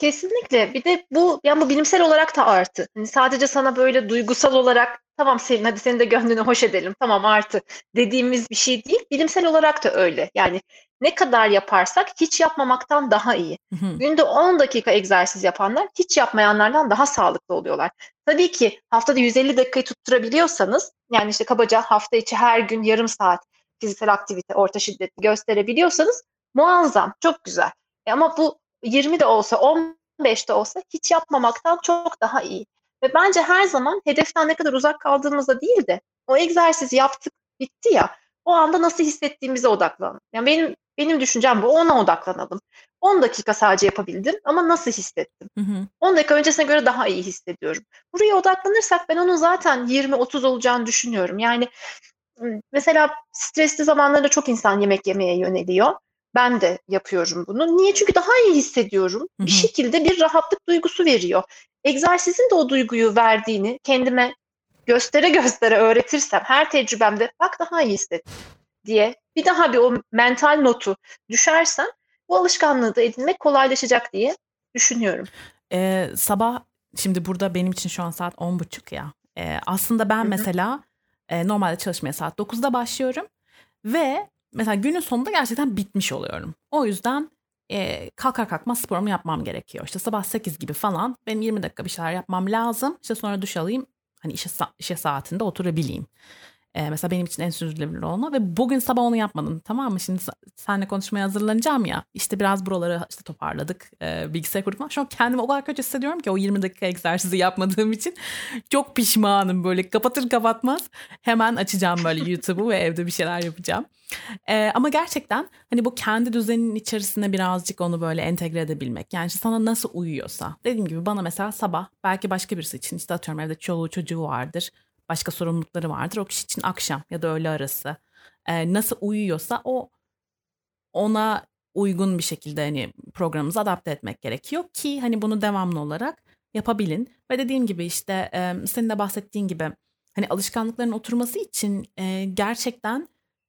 Kesinlikle. Bir de bu yani bu bilimsel olarak da artı. Hani sadece sana böyle duygusal olarak tamam Selin hadi senin de gönlünü hoş edelim tamam artı dediğimiz bir şey değil. Bilimsel olarak da öyle. Yani ne kadar yaparsak hiç yapmamaktan daha iyi. Hı hı. Günde on dakika egzersiz yapanlar hiç yapmayanlardan daha sağlıklı oluyorlar. Tabii ki haftada yüz elli dakikayı tutturabiliyorsanız yani işte kabaca hafta içi her gün yarım saat fiziksel aktivite orta şiddetli gösterebiliyorsanız muazzam, çok güzel. E ama bu yirmi de olsa on beş de olsa hiç yapmamaktan çok daha iyi. Ve bence her zaman hedeften ne kadar uzak kaldığımızda değil de o egzersizi yaptık bitti ya o anda nasıl hissettiğimize odaklanalım. Yani benim benim düşüncem bu, ona odaklanalım. on dakika sadece yapabildim ama nasıl hissettim? Hı hı. on dakika öncesine göre daha iyi hissediyorum. Buraya odaklanırsak ben onun zaten yirmi otuz olacağını düşünüyorum. Yani mesela stresli zamanlarda çok insan yemek yemeye yöneliyor. Ben de yapıyorum bunu. Niye? Çünkü daha iyi hissediyorum. Hı Bir hı. şekilde bir rahatlık duygusu veriyor. Egzersizin de o duyguyu verdiğini kendime göstere göstere öğretirsem her tecrübemde bak daha iyi hissettim diye bir daha bir o mental notu düşersem bu alışkanlığı da edinmek kolaylaşacak diye düşünüyorum. Ee, sabah şimdi burada benim için şu an saat on buçuk ya. Ee, aslında ben Hı hı. mesela e, normalde çalışmaya saat dokuzda başlıyorum ve mesela günün sonunda gerçekten bitmiş oluyorum. O yüzden e, kalkar kalkmaz sporumu yapmam gerekiyor. İşte sabah sekiz gibi falan benim yirmi dakika bir şeyler yapmam lazım. İşte sonra duş alayım, hani işe, işe saatinde oturabileyim. Ee, mesela benim için en sürdürülebilir olma ve bugün sabah onu yapmadım, tamam mı? Şimdi seninle konuşmaya hazırlanacağım ya, işte biraz buraları işte toparladık, e, bilgisayar kurduk falan. Şu an kendimi o kadar kötü hissediyorum ki o yirmi dakika egzersizi yapmadığım için çok pişmanım. Böyle kapatır kapatmaz hemen açacağım böyle YouTube'u ve evde bir şeyler yapacağım. Ee, ama gerçekten hani bu kendi düzeninin içerisine birazcık onu böyle entegre edebilmek. Yani işte sana nasıl uyuyorsa. Dediğim gibi bana mesela sabah, belki başka birisi için işte atıyorum evde çoluğu çocuğu vardır. Başka sorumlulukları vardır. O kişi için akşam ya da öğle arası. Ee, nasıl uyuyorsa o ona uygun bir şekilde hani programımızı adapte etmek gerekiyor ki hani bunu devamlı olarak yapabilin. Ve dediğim gibi işte e, senin de bahsettiğin gibi hani alışkanlıkların oturması için e, gerçekten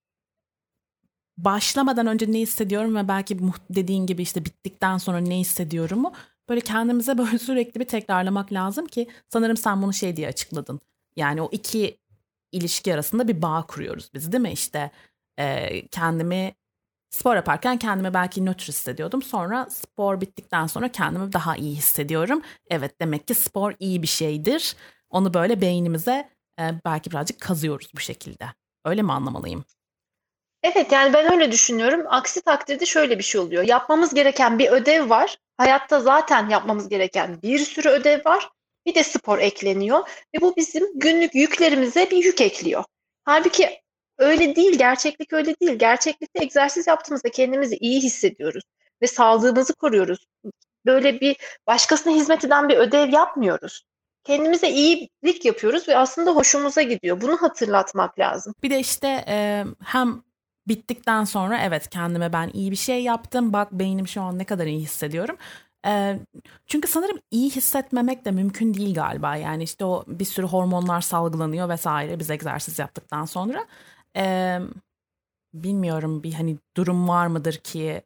başlamadan önce ne hissediyorum ve belki dediğin gibi işte bittikten sonra ne hissediyorumu böyle kendimize böyle sürekli bir tekrarlamak lazım ki sanırım sen bunu şey diye açıkladın. Yani o iki ilişki arasında bir bağ kuruyoruz biz, değil mi? İşte e, kendimi spor yaparken kendimi belki nötr hissediyordum. Sonra spor bittikten sonra kendimi daha iyi hissediyorum. Evet, demek ki spor iyi bir şeydir. Onu böyle beynimize e, belki birazcık kazıyoruz bu şekilde. Öyle mi anlamalıyım? Evet yani ben öyle düşünüyorum. Aksi takdirde şöyle bir şey oluyor. Yapmamız gereken bir ödev var. Hayatta zaten yapmamız gereken bir sürü ödev var. Bir de spor ekleniyor ve bu bizim günlük yüklerimize bir yük ekliyor. Halbuki öyle değil, gerçeklik öyle değil. Gerçeklikte egzersiz yaptığımızda kendimizi iyi hissediyoruz ve sağlığımızı koruyoruz. Böyle bir başkasına hizmet eden bir ödev yapmıyoruz. Kendimize iyilik yapıyoruz ve aslında hoşumuza gidiyor. Bunu hatırlatmak lazım. Bir de işte e, hem bittikten sonra evet kendime ben iyi bir şey yaptım. Bak beynim şu an ne kadar iyi hissediyorum. E, çünkü sanırım iyi hissetmemek de mümkün değil galiba. Yani işte o bir sürü hormonlar salgılanıyor vesaire biz egzersiz yaptıktan sonra. E, bilmiyorum bir hani durum var mıdır ki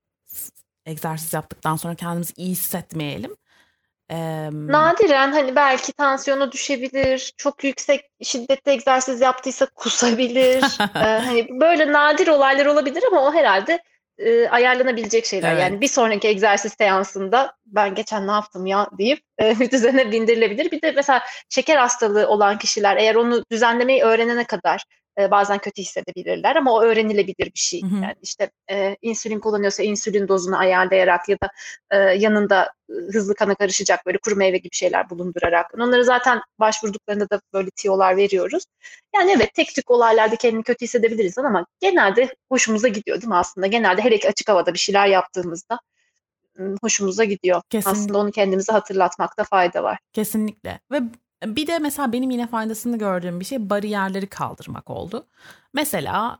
egzersiz yaptıktan sonra kendimizi iyi hissetmeyelim. E, Nadiren hani belki tansiyonu düşebilir, çok yüksek şiddette egzersiz yaptıysa kusabilir. Ee, hani böyle nadir olaylar olabilir ama o herhalde e, ayarlanabilecek şeyler. Yani bir evet. sonraki egzersiz seansında ben geçen ne yaptım ya deyip e, düzene bindirilebilir. Bir de mesela şeker hastalığı olan kişiler eğer onu düzenlemeyi öğrenene kadar e, bazen kötü hissedebilirler ama o öğrenilebilir bir şey. Hı hı. Yani işte e, insülin kullanıyorsa insülin dozunu ayarlayarak ya da e, yanında hızlı kana karışacak böyle kuru meyve gibi şeyler bulundurarak. Onları zaten başvurduklarında da böyle tiyolar veriyoruz. Yani evet tek tük olaylarda kendini kötü hissedebiliriz ama genelde hoşumuza gidiyor değil mi aslında? Genelde hele ki açık havada bir şeyler yaptığımızda hoşumuza gidiyor. Kesin, Aslında onu kendimize hatırlatmakta fayda var. kesinlikle. Ve bir de mesela benim yine faydasını gördüğüm bir şey bariyerleri kaldırmak oldu. Mesela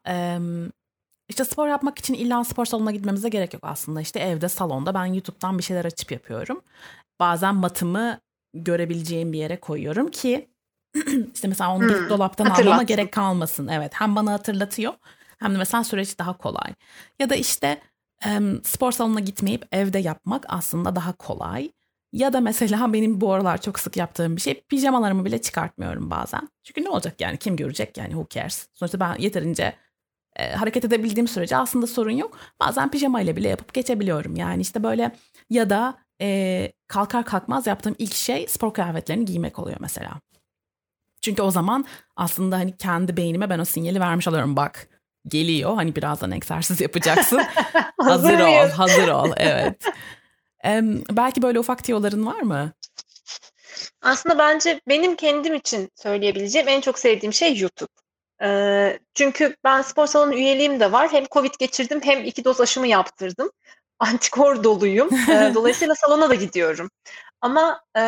işte spor yapmak için illa spor salonuna gitmemize gerek yok aslında. İşte evde, salonda ben YouTube'dan bir şeyler açıp yapıyorum. Bazen matımı görebileceğim bir yere koyuyorum ki işte mesela onu gidip Hmm, dolaptan almama hatırlatsın. gerek kalmasın. Evet, hem bana hatırlatıyor hem de mesela süreç daha kolay. Ya da işte Em, spor salonuna gitmeyip evde yapmak aslında daha kolay. Ya da mesela benim bu aralar çok sık yaptığım bir şey, pijamalarımı bile çıkartmıyorum bazen. Çünkü ne olacak yani, kim görecek yani, who cares. Sonuçta ben yeterince e, hareket edebildiğim sürece aslında sorun yok. Bazen pijamayla bile yapıp geçebiliyorum yani, işte böyle. Ya da e, kalkar kalkmaz yaptığım ilk şey spor kıyafetlerini giymek oluyor mesela. Çünkü o zaman aslında hani kendi beynime ben o sinyali vermiş oluyorum, bak geliyor, hani birazdan egzersiz yapacaksın. Hazır ol, hazır ol, evet. Ee, belki böyle ufak tiyoların var mı? Aslında bence benim kendim için söyleyebileceğim en çok sevdiğim şey YouTube. Ee, çünkü ben spor salonu üyeliğim de var. Hem Covid geçirdim hem iki doz aşımı yaptırdım. Antikor doluyum. Ee, dolayısıyla salona da gidiyorum. Ama e,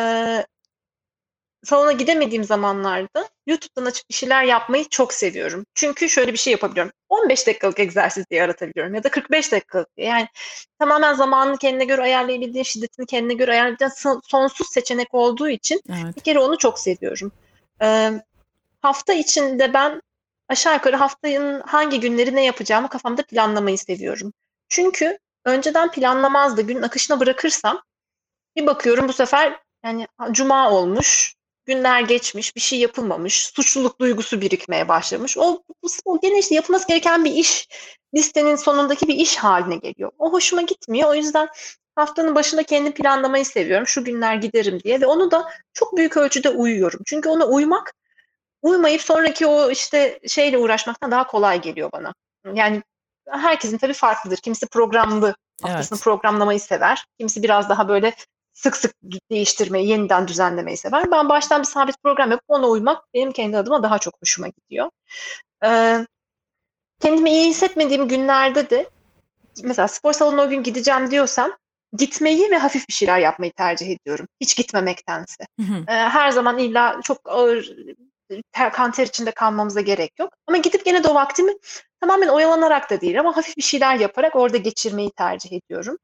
salona gidemediğim zamanlarda YouTube'dan açıp bir şeyler yapmayı çok seviyorum. Çünkü şöyle bir şey yapabiliyorum. on beş dakikalık egzersiz diye yaratabiliyorum ya da kırk beş dakikalık diye. Yani tamamen zamanını kendine göre ayarlayabildiğin, şiddetini kendine göre ayarlayabildiğin sonsuz seçenek olduğu için Evet. bir kere onu çok seviyorum. Ee, hafta içinde ben aşağı yukarı haftanın hangi günleri ne yapacağımı kafamda planlamayı seviyorum. Çünkü önceden planlamaz da günün akışına bırakırsam bir bakıyorum bu sefer yani cuma olmuş, günler geçmiş, bir şey yapılmamış, suçluluk duygusu birikmeye başlamış. O, o gene işte yapılması gereken bir iş, listenin sonundaki bir iş haline geliyor. O hoşuma gitmiyor. O yüzden haftanın başında kendi planlamayı seviyorum. Şu günler giderim diye ve onu da çok büyük ölçüde uyuyorum. Çünkü ona uymak, uymayıp sonraki o işte şeyle uğraşmaktan daha kolay geliyor bana. Yani herkesin tabii farklıdır. Kimisi programlı, haftasını Evet. programlamayı sever. Kimisi biraz daha böyle sık sık değiştirmeyi, yeniden düzenlemeyi sever. Ben baştan bir sabit program yapıp ona uymak benim kendi adıma daha çok hoşuma gidiyor. Ee, kendimi iyi hissetmediğim günlerde de mesela spor salonuna o gün gideceğim diyorsam gitmeyi ve hafif bir şeyler yapmayı tercih ediyorum. Hiç gitmemektense. Hı hı. Ee, her zaman illa çok ağır ter, kan ter içinde kalmamıza gerek yok. Ama gidip gene de o vaktimi tamamen oyalanarak da değil ama hafif bir şeyler yaparak orada geçirmeyi tercih ediyorum.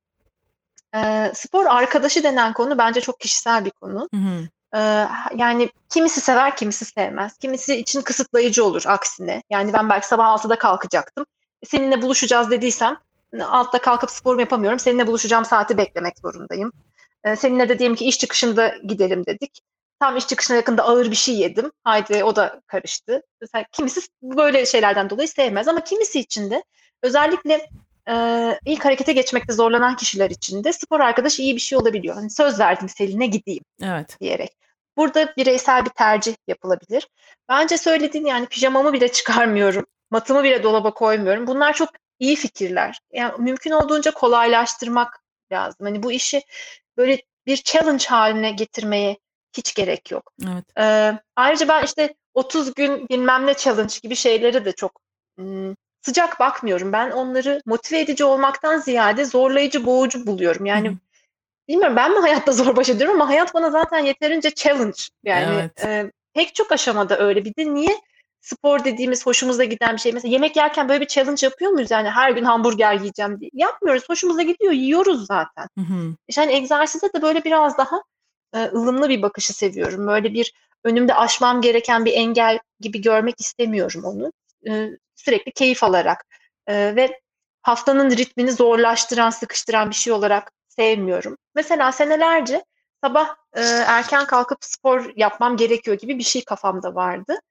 Ee, spor arkadaşı denen konu bence çok kişisel bir konu. Hı hı. Ee, yani kimisi sever, kimisi sevmez. Kimisi için kısıtlayıcı olur aksine. Yani ben belki sabah altıda kalkacaktım. Seninle buluşacağız dediysem altta kalkıp sporumu yapamıyorum. Seninle buluşacağım saati beklemek zorundayım. Ee, seninle de diyelim ki iş çıkışında gidelim dedik. Tam iş çıkışına yakında ağır bir şey yedim. Haydi o da karıştı. Mesela kimisi böyle şeylerden dolayı sevmez ama kimisi için de özellikle e, ilk harekete geçmekte zorlanan kişiler için de spor arkadaşı iyi bir şey olabiliyor. Hani söz verdim Selin'e gideyim Evet. diyerek. Burada bireysel bir tercih yapılabilir. Bence söylediğin yani pijamamı bile çıkarmıyorum. Matımı bile dolaba koymuyorum. Bunlar çok iyi fikirler. Yani mümkün olduğunca kolaylaştırmak lazım. Hani bu işi böyle bir challenge haline getirmeye hiç gerek yok. Evet. Ee, ayrıca ben işte otuz gün bilmem ne challenge gibi şeyleri de çok ım, sıcak bakmıyorum. Ben onları motive edici olmaktan ziyade zorlayıcı, boğucu buluyorum. Yani Hı hı. bilmiyorum ben mi hayatta zor baş ediyorum ama hayat bana zaten yeterince challenge. Yani Evet. e, pek çok aşamada öyle. Bir de niye spor dediğimiz hoşumuza giden bir şey. Mesela yemek yerken böyle bir challenge yapıyor muyuz? Yani her gün hamburger yiyeceğim diye. Yapmıyoruz. Hoşumuza gidiyor. Yiyoruz zaten. Hı hı. İşte hani egzersize de böyle biraz daha e, ılımlı bir bakışı seviyorum. Böyle bir önümde aşmam gereken bir engel gibi görmek istemiyorum onu. E, sürekli keyif alarak e, ve haftanın ritmini zorlaştıran, sıkıştıran bir şey olarak sevmiyorum. Mesela senelerce sabah e, erken kalkıp spor yapmam gerekiyor gibi bir şey kafamda vardı.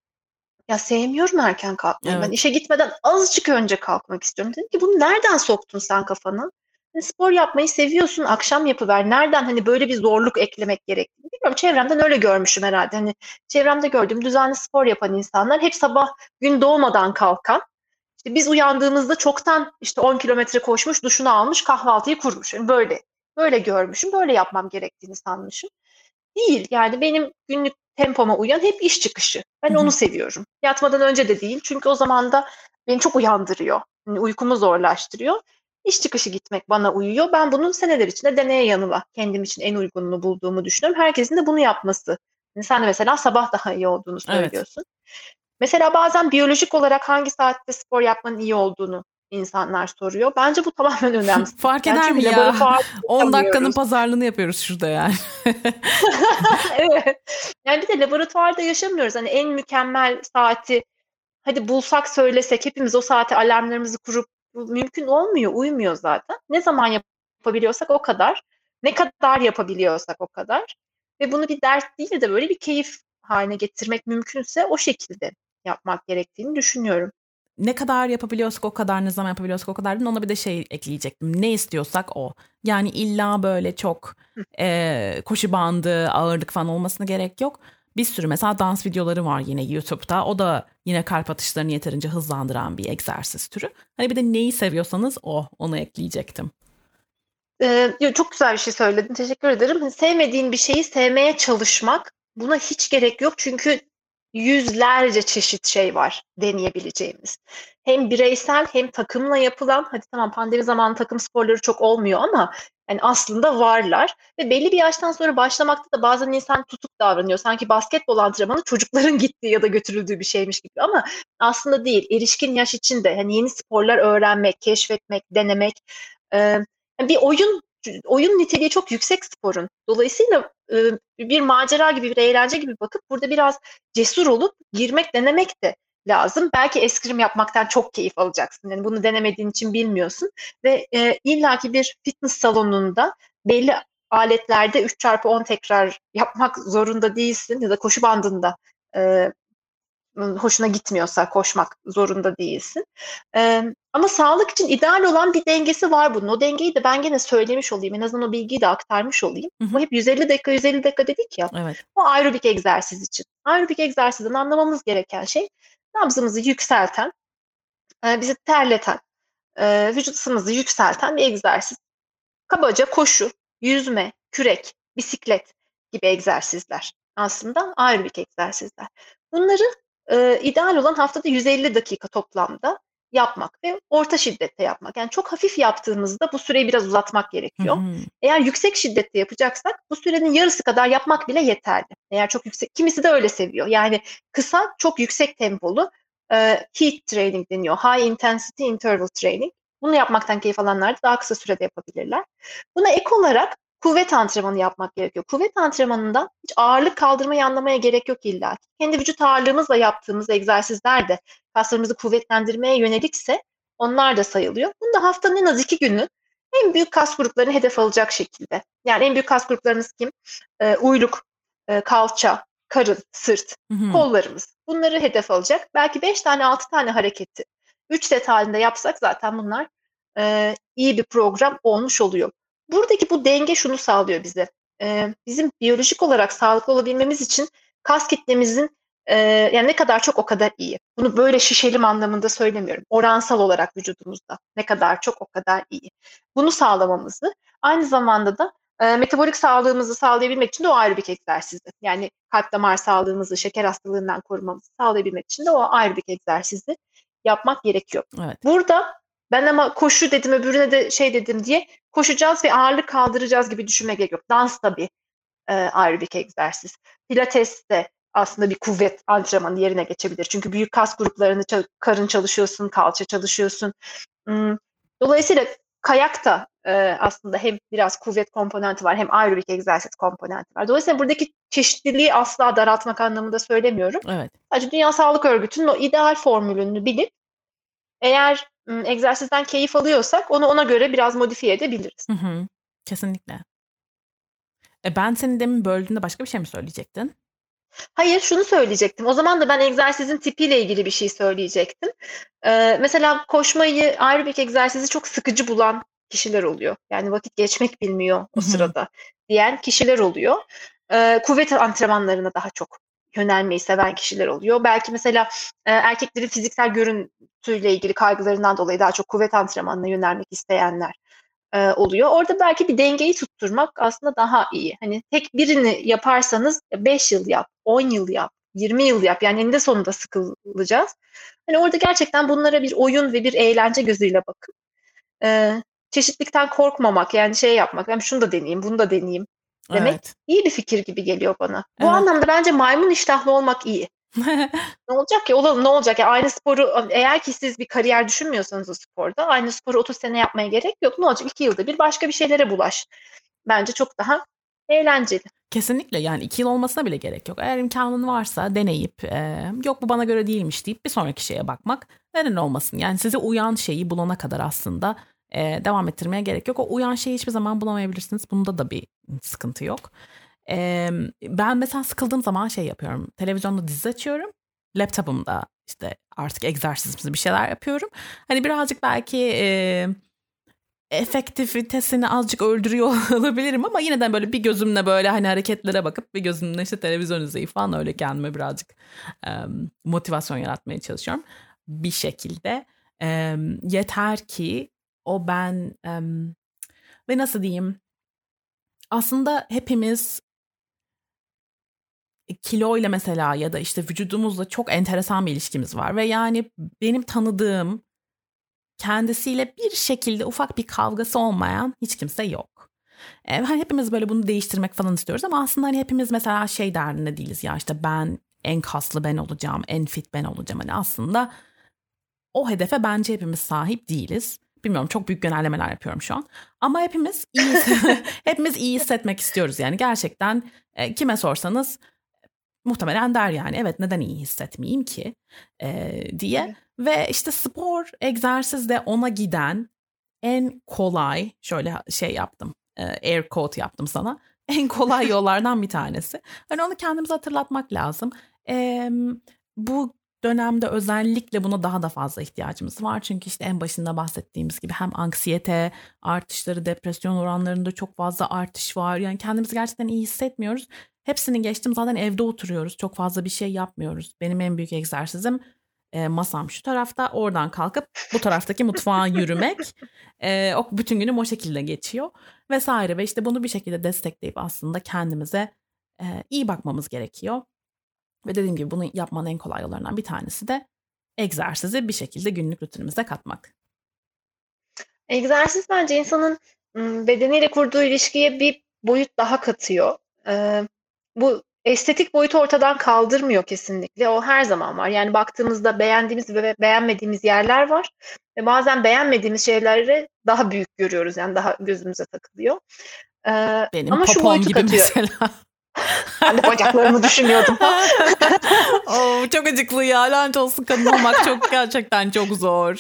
Ya sevmiyorum erken kalkmayı. Ben Evet. işe gitmeden azıcık önce kalkmak istiyorum. Dedim ki bunu nereden soktun sen kafana? Hani spor yapmayı seviyorsun, akşam yapıver. Nereden hani böyle bir zorluk eklemek gerektiğini bilmiyorum. Çevremden öyle görmüşüm herhalde. Hani çevremde gördüğüm düzenli spor yapan insanlar hep sabah gün doğmadan kalkan. İşte biz uyandığımızda çoktan işte on kilometre koşmuş, duşunu almış, kahvaltıyı kurmuş. Yani böyle böyle görmüşüm, böyle yapmam gerektiğini sanmışım. Değil yani benim günlük tempoma uyan hep iş çıkışı. Ben Hı onu hı. seviyorum. Yatmadan önce de değil çünkü o zaman da beni çok uyandırıyor. Yani uykumu zorlaştırıyor. İş çıkışı gitmek bana uyuyor. Ben bunun seneler içinde deneye yanıla kendim için en uygununu bulduğumu düşünüyorum. Herkesin de bunu yapması. Yani sen de mesela sabah daha iyi olduğunu Evet. söylüyorsun. Mesela bazen biyolojik olarak hangi saatte spor yapmanın iyi olduğunu insanlar soruyor. Bence bu tamamen önemsiz. Fark Yani eder mi çünkü ya? laboratuvarda on dakikanın yaşamıyoruz. pazarlığını yapıyoruz şurada yani. Evet. Yani bir de laboratuvarda yaşamıyoruz. Hani en mükemmel saati hadi bulsak söylesek hepimiz o saate alarmlarımızı kurup Bu mümkün olmuyor, uymuyor zaten. Ne zaman yapabiliyorsak o kadar, ne kadar yapabiliyorsak o kadar ve bunu bir dert değil de böyle bir keyif haline getirmek mümkünse o şekilde yapmak gerektiğini düşünüyorum. Ne kadar yapabiliyorsak o kadar, ne zaman yapabiliyorsak o kadar. Ona bir de şey ekleyecektim. Ne istiyorsak o. Yani illa böyle çok e, koşu bandı, ağırlık falan olmasına gerek yok. Bir sürü mesela dans videoları var yine YouTube'da. O da yine kalp atışlarını yeterince hızlandıran bir egzersiz türü. Hani bir de neyi seviyorsanız o. Onu ekleyecektim. Ee, çok güzel bir şey söyledin. Teşekkür ederim. Sevmediğin bir şeyi sevmeye çalışmak, buna hiç gerek yok. Çünkü yüzlerce çeşit şey var deneyebileceğimiz. Hem bireysel hem takımla yapılan, hadi tamam pandemi zamanı takım sporları çok olmuyor ama yani aslında varlar. Ve belli bir yaştan sonra başlamakta da bazen insan tutuk davranıyor. Sanki basketbol antrenmanı çocukların gittiği ya da götürüldüğü bir şeymiş gibi. Ama aslında değil. Erişkin yaş içinde hani yeni sporlar öğrenmek, keşfetmek, denemek. E, bir oyun oyun niteliği çok yüksek sporun. Dolayısıyla e, bir macera gibi, bir eğlence gibi bakıp burada biraz cesur olup girmek, denemek de lazım. Belki eskrim yapmaktan çok keyif alacaksın. Yani bunu denemediğin için bilmiyorsun. Ve e, illaki bir fitness salonunda belli aletlerde üç çarpı on tekrar yapmak zorunda değilsin. Ya da koşu bandında e, hoşuna gitmiyorsa koşmak zorunda değilsin. Ee, ama sağlık için ideal olan bir dengesi var bunun. O dengeyi de ben gene söylemiş olayım. En azından o bilgiyi de aktarmış olayım. Hı hı. Bu hep yüz elli dakika yüz elli dakika dedik ya. Evet. O aerobik egzersiz için. Aerobik egzersizden anlamamız gereken şey nabzımızı yükselten, bizi terleten, vücut ısımızı yükselten bir egzersiz. Kabaca koşu, yüzme, kürek, bisiklet gibi egzersizler. Aslında aerobik egzersizler. Bunları e, ideal olan haftada yüz elli dakika toplamda yapmak ve orta şiddette yapmak. Yani çok hafif yaptığımızda bu süreyi biraz uzatmak gerekiyor. Hı hı. Eğer yüksek şiddette yapacaksak bu sürenin yarısı kadar yapmak bile yeterli. Eğer çok yüksek, kimisi de öyle seviyor. Yani kısa, çok yüksek tempolu e, heat training deniyor. High intensity interval training. Bunu yapmaktan keyif alanlar da daha kısa sürede yapabilirler. Buna ek olarak kuvvet antrenmanı yapmak gerekiyor. Kuvvet antrenmanında hiç ağırlık kaldırmayı anlamaya gerek yok illa. Kendi vücut ağırlığımızla yaptığımız egzersizler de kaslarımızı kuvvetlendirmeye yönelikse onlar da sayılıyor. Bunu da haftanın en az iki günü en büyük kas gruplarını hedef alacak şekilde. Yani en büyük kas gruplarımız kim? Ee, uyluk, e, kalça, karın, sırt, Hı hı. kollarımız. Bunları hedef alacak. Belki beş tane altı tane hareketi üç set halinde yapsak zaten bunlar e, iyi bir program olmuş oluyor. Buradaki bu denge şunu sağlıyor bize. E, bizim biyolojik olarak sağlıklı olabilmemiz için kas kitlemizin e, yani ne kadar çok o kadar iyi. Bunu böyle şişelim anlamında söylemiyorum. Oransal olarak vücudumuzda ne kadar çok o kadar iyi. Bunu sağlamamızı aynı zamanda da e, metabolik sağlığımızı sağlayabilmek için de o aerobik egzersizi. Yani kalp damar sağlığımızı, şeker hastalığından korumamızı sağlayabilmek için de o aerobik egzersizi yapmak gerekiyor. Evet. Burada ben ama koşu dedim öbürüne de şey dedim diye koşacağız ve ağırlık kaldıracağız gibi düşünmek gerek yok. Dans da bir e, aerobik egzersiz. Pilates de aslında bir kuvvet antrenmanı yerine geçebilir. Çünkü büyük kas gruplarını karın çalışıyorsun, kalça çalışıyorsun. Hmm. Dolayısıyla kayak da e, aslında hem biraz kuvvet komponenti var hem aerobik egzersiz komponenti var. Dolayısıyla buradaki çeşitliliği asla daraltmak anlamında söylemiyorum. Evet. Sadece Dünya Sağlık Örgütü'nün o ideal formülünü bilip eğer m, egzersizden keyif alıyorsak onu ona göre biraz modifiye edebiliriz. Hı hı. Kesinlikle. E ben senin demin böldüğünde başka bir şey mi söyleyecektin? Hayır, şunu söyleyecektim. O zaman da ben egzersizin tipiyle ilgili bir şey söyleyecektim. Ee, mesela koşmayı, aerobik egzersizi çok sıkıcı bulan kişiler oluyor. Yani vakit geçmek bilmiyor o Hı hı. sırada diyen kişiler oluyor. Ee, kuvvet antrenmanlarına daha çok yönelmeyi seven kişiler oluyor. Belki mesela e, erkeklerin fiziksel görüntüyle ilgili kaygılarından dolayı daha çok kuvvet antrenmanına yönelmek isteyenler e, oluyor. Orada belki bir dengeyi tutturmak aslında daha iyi. Hani tek birini yaparsanız beş yıl yap, on yıl yap, yirmi yıl yap. Yani eninde sonunda sıkılacağız. Hani orada gerçekten bunlara bir oyun ve bir eğlence gözüyle bakıp e, çeşitlikten korkmamak, yani şey yapmak, ben şunu da deneyeyim, bunu da deneyeyim demek Evet. iyi bir fikir gibi geliyor bana. Bu Evet. anlamda bence maymun iştahlı olmak iyi. Ne olacak ki? Olalım, ne olacak? Yani aynı sporu, eğer ki siz bir kariyer düşünmüyorsanız o sporda, aynı sporu otuz sene yapmaya gerek yok. Ne olacak? iki yılda bir başka bir şeylere bulaş. Bence çok daha eğlenceli. Kesinlikle, yani iki yıl olmasına bile gerek yok. Eğer imkanın varsa deneyip e, yok bu bana göre değilmiş deyip bir sonraki şeye bakmak neden olmasın? Yani size uyan şeyi bulana kadar aslında e, devam ettirmeye gerek yok. O uyan şeyi hiçbir zaman bulamayabilirsiniz. Bunda da bir sıkıntı yok. E, ben mesela sıkıldığım zaman şey yapıyorum. Televizyonda dizi açıyorum. Laptopumda işte artık egzersizimsi bir şeyler yapıyorum. Hani birazcık belki e, efektivitesini azıcık öldürüyor olabilirim ama yine de böyle bir gözümle böyle hani hareketlere bakıp bir gözümle işte televizyon izleyip falan öyle kendime birazcık e, motivasyon yaratmaya çalışıyorum. Bir şekilde e, yeter ki o ben e, ve nasıl diyeyim, aslında hepimiz kiloyla mesela ya da işte vücudumuzla çok enteresan bir ilişkimiz var ve yani benim tanıdığım kendisiyle bir şekilde ufak bir kavgası olmayan hiç kimse yok. E, hani hepimiz böyle bunu değiştirmek falan istiyoruz ama aslında hani hepimiz mesela şey derdinde değiliz ya, işte ben en kaslı ben olacağım, en fit ben olacağım. Hani aslında o hedefe bence hepimiz sahip değiliz. Bilmiyorum, çok büyük genellemeler yapıyorum şu an. Ama hepimiz iyi hepimiz iyi hissetmek istiyoruz yani gerçekten. E, kime sorsanız muhtemelen der yani evet, neden iyi hissetmeyeyim ki e, diye. Evet. Ve işte spor, egzersiz de ona giden en kolay, şöyle şey yaptım, e, air quote yaptım sana, en kolay yollardan bir tanesi. Hani onu kendimize hatırlatmak lazım. E, bu dönemde özellikle buna daha da fazla ihtiyacımız var. Çünkü işte en başında bahsettiğimiz gibi hem anksiyete artışları, depresyon oranlarında çok fazla artış var. Yani kendimizi gerçekten iyi hissetmiyoruz. Hepsini geçtim, zaten evde oturuyoruz. Çok fazla bir şey yapmıyoruz. Benim en büyük egzersizim e, masam şu tarafta. Oradan kalkıp bu taraftaki mutfağa yürümek. E, o bütün günüm o şekilde geçiyor. Vesaire ve işte bunu bir şekilde destekleyip aslında kendimize e, iyi bakmamız gerekiyor. Ve dediğim gibi bunu yapmanın en kolay yollarından bir tanesi de egzersizi bir şekilde günlük rutinimize katmak. Egzersiz bence insanın ım, bedeniyle kurduğu ilişkiye bir boyut daha katıyor. Ee, bu estetik boyutu ortadan kaldırmıyor kesinlikle. O her zaman var. Yani baktığımızda beğendiğimiz ve beğenmediğimiz yerler var. Ve bazen beğenmediğimiz şeyleri daha büyük görüyoruz. Yani daha gözümüze takılıyor. Ee, Benim ama şu popom boyutu gibi katıyor. mesela. Ben de bacaklarımı düşünüyordum. Oh, çok acıklı ya. Lanet olsun, kadın olmak çok gerçekten çok zor.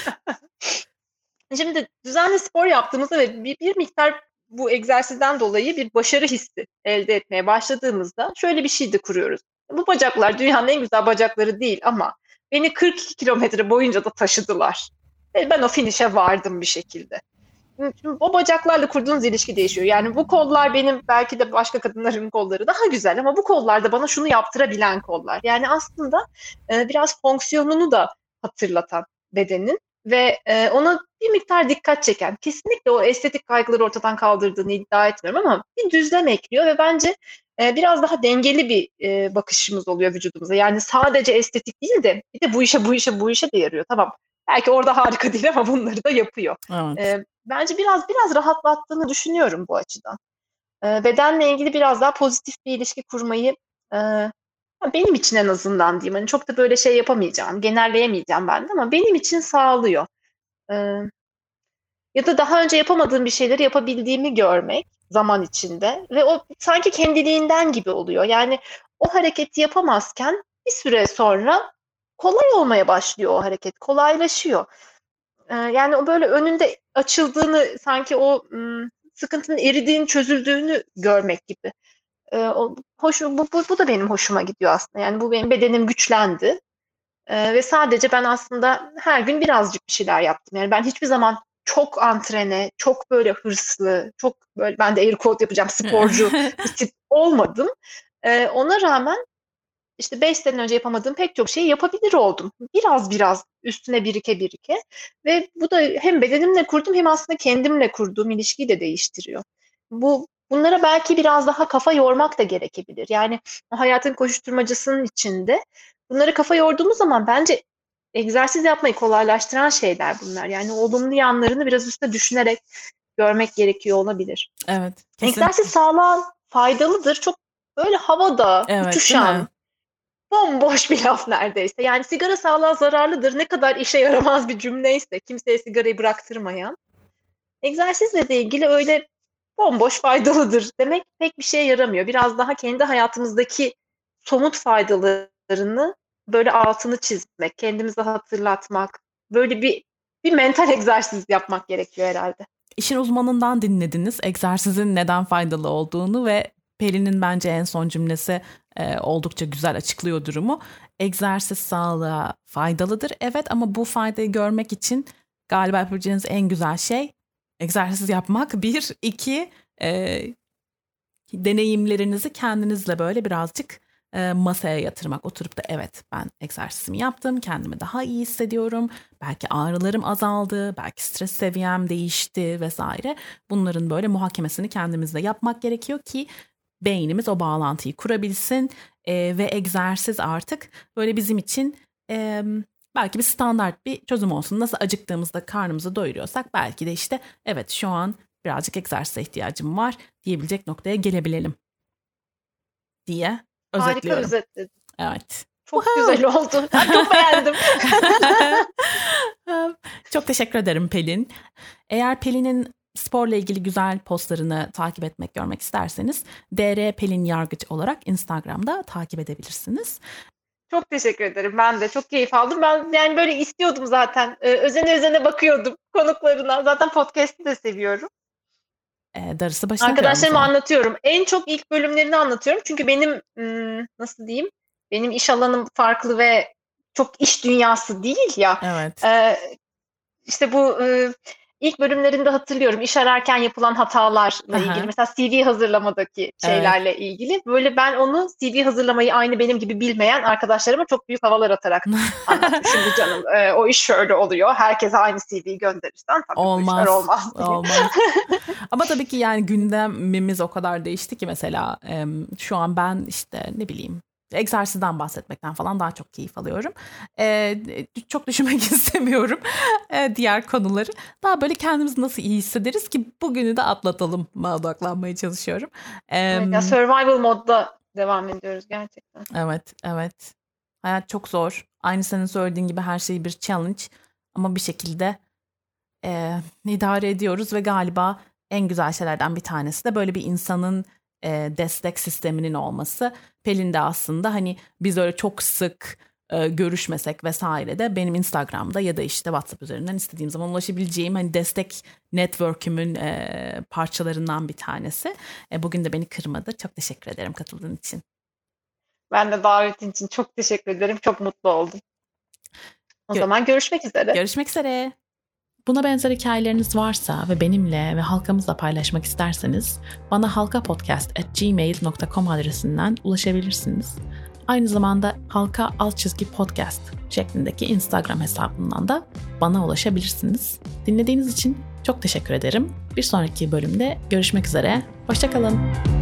Şimdi düzenli spor yaptığımızda ve bir, bir miktar bu egzersizden dolayı bir başarı hissi elde etmeye başladığımızda şöyle bir şey de kuruyoruz. Bu bacaklar dünyanın en güzel bacakları değil ama beni kırk iki kilometre boyunca da taşıdılar. Ve ben o finişe vardım bir şekilde. Şimdi o bacaklarla kurduğunuz ilişki değişiyor. Yani bu kollar benim, belki de başka kadınların kolları daha güzel ama bu kollar da bana şunu yaptırabilen kollar. Yani aslında e, biraz fonksiyonunu da hatırlatan bedenin ve e, ona bir miktar dikkat çeken, kesinlikle o estetik kaygıları ortadan kaldırdığını iddia etmiyorum ama bir düzlem ekliyor ve bence e, biraz daha dengeli bir e, bakışımız oluyor vücudumuza. Yani sadece estetik değil de bir de bu işe bu işe bu işe de yarıyor. Tamam. Belki orada harika değil ama bunları da yapıyor. Evet. E, bence biraz biraz rahatlattığını düşünüyorum bu açıdan. E, bedenle ilgili biraz daha pozitif bir ilişki kurmayı e, benim için en azından diyeyim. Hani çok da böyle şey yapamayacağım, genelleyemeyeceğim ben de ama benim için sağlıyor. E, ya da daha önce yapamadığım bir şeyleri yapabildiğimi görmek zaman içinde ve o sanki kendiliğinden gibi oluyor. Yani o hareketi yapamazken bir süre sonra kolay olmaya başlıyor o hareket, kolaylaşıyor. Ee, yani o böyle önünde açıldığını, sanki o ım, sıkıntının eridiğini, çözüldüğünü görmek gibi. Ee, o, hoş, bu, bu, bu da benim hoşuma gidiyor aslında. Yani bu benim bedenim güçlendi. Ee, ve sadece ben aslında her gün birazcık bir şeyler yaptım. Yani ben hiçbir zaman çok antrene, çok böyle hırslı, çok böyle ben de air quote yapacağım sporcu bir tip olmadım. Ee, ona rağmen işte beş sene önce yapamadığım pek çok şeyi yapabilir oldum. Biraz biraz üstüne birike birike ve bu da hem bedenimle kurdum hem aslında kendimle kurduğum ilişkiyi de değiştiriyor. Bu bunlara belki biraz daha kafa yormak da gerekebilir. Yani o hayatın koşuşturmacasının içinde bunları kafa yorduğumuz zaman bence egzersiz yapmayı kolaylaştıran şeyler bunlar. Yani olumlu yanlarını biraz üstüne düşünerek görmek gerekiyor olabilir. Evet, Egzersiz kesinlikle. sağlığa faydalıdır. Çok böyle havada Evet, değil mi? uçuşan, bomboş bir laf neredeyse. Yani sigara sağlığa zararlıdır. Ne kadar işe yaramaz bir cümleyse, kimseye sigarayı bıraktırmayan. Egzersizle de ilgili öyle bomboş faydalıdır demek pek bir şeye yaramıyor. Biraz daha kendi hayatımızdaki somut faydalarını böyle altını çizmek, kendimize hatırlatmak, böyle bir bir mental egzersiz yapmak gerekiyor herhalde. İşin uzmanından dinlediniz egzersizin neden faydalı olduğunu ve Pelin'in bence en son cümlesi e, oldukça güzel açıklıyor durumu. Egzersiz sağlığa faydalıdır, evet, ama bu faydayı görmek için galiba yapabileceğiniz en güzel şey egzersiz yapmak. Bir, iki, e, deneyimlerinizi kendinizle böyle birazcık e, masaya yatırmak. Oturup da evet, ben egzersizimi yaptım, kendimi daha iyi hissediyorum. Belki ağrılarım azaldı, belki stres seviyem değişti vesaire. Bunların böyle muhakemesini kendimizle yapmak gerekiyor ki beynimiz o bağlantıyı kurabilsin e, ve egzersiz artık böyle bizim için e, belki bir standart bir çözüm olsun. Nasıl acıktığımızda karnımızı doyuruyorsak belki de işte evet şu an birazcık egzersize ihtiyacım var diyebilecek noktaya gelebilelim diye özetliyorum. Harika özetledin. Evet. Çok Wow. güzel oldu. Ben çok beğendim. Çok teşekkür ederim Pelin. Eğer Pelin'in sporla ilgili güzel postlarını takip etmek, görmek isterseniz D R Pelin Yargıç olarak Instagram'da takip edebilirsiniz. Çok teşekkür ederim. Ben de çok keyif aldım. Ben yani böyle istiyordum zaten. Ee, özene özene bakıyordum konuklarına. Zaten podcast'i de seviyorum. Ee, darısı başına Arkadaşlarıma anlatıyorum. En çok ilk bölümlerini anlatıyorum. Çünkü benim nasıl diyeyim? Benim iş alanım farklı ve çok iş dünyası değil ya. Evet. Ee, işte bu e, ilk bölümlerinde hatırlıyorum. İş ararken yapılan hatalarla Aha. ilgili. Mesela C V hazırlamadaki şeylerle evet. ilgili. Böyle ben onu C V hazırlamayı aynı benim gibi bilmeyen arkadaşlarıma çok büyük havalar atarak anlattım. Şimdi canım e, o iş şöyle oluyor. Herkese aynı C V'yi gönderirsen tabii olmaz, bu işler olmaz. Olmaz. Ama tabii ki yani gündemimiz o kadar değişti ki mesela e, şu an ben işte ne bileyim egzersizden bahsetmekten falan daha çok keyif alıyorum. Ee, çok düşünmek istemiyorum ee, diğer konuları. Daha böyle kendimizi nasıl iyi hissederiz ki bugünü de atlatalım mı odaklanmaya çalışıyorum. Ee, evet, ya survival modda devam ediyoruz gerçekten. Evet, evet. Hayat çok zor. Aynı senin söylediğin gibi her şey bir challenge. Ama bir şekilde e, idare ediyoruz ve galiba en güzel şeylerden bir tanesi de böyle bir insanın e, destek sisteminin olması. Pelin de aslında hani biz öyle çok sık e, görüşmesek vesaire de benim Instagram'da ya da işte WhatsApp üzerinden istediğim zaman ulaşabileceğim hani destek network'ümün e, parçalarından bir tanesi. E, bugün de beni kırmadı. Çok teşekkür ederim katıldığın için. Ben de davetin için çok teşekkür ederim. Çok mutlu oldum. O Gö- zaman görüşmek üzere. Görüşmek üzere. Buna benzer hikayeleriniz varsa ve benimle ve halkamızla paylaşmak isterseniz bana halkapodcast at gmail dot com adresinden ulaşabilirsiniz. Aynı zamanda halka alt çizgi podcast şeklindeki Instagram hesabından da bana ulaşabilirsiniz. Dinlediğiniz için çok teşekkür ederim. Bir sonraki bölümde görüşmek üzere. Hoşça kalın.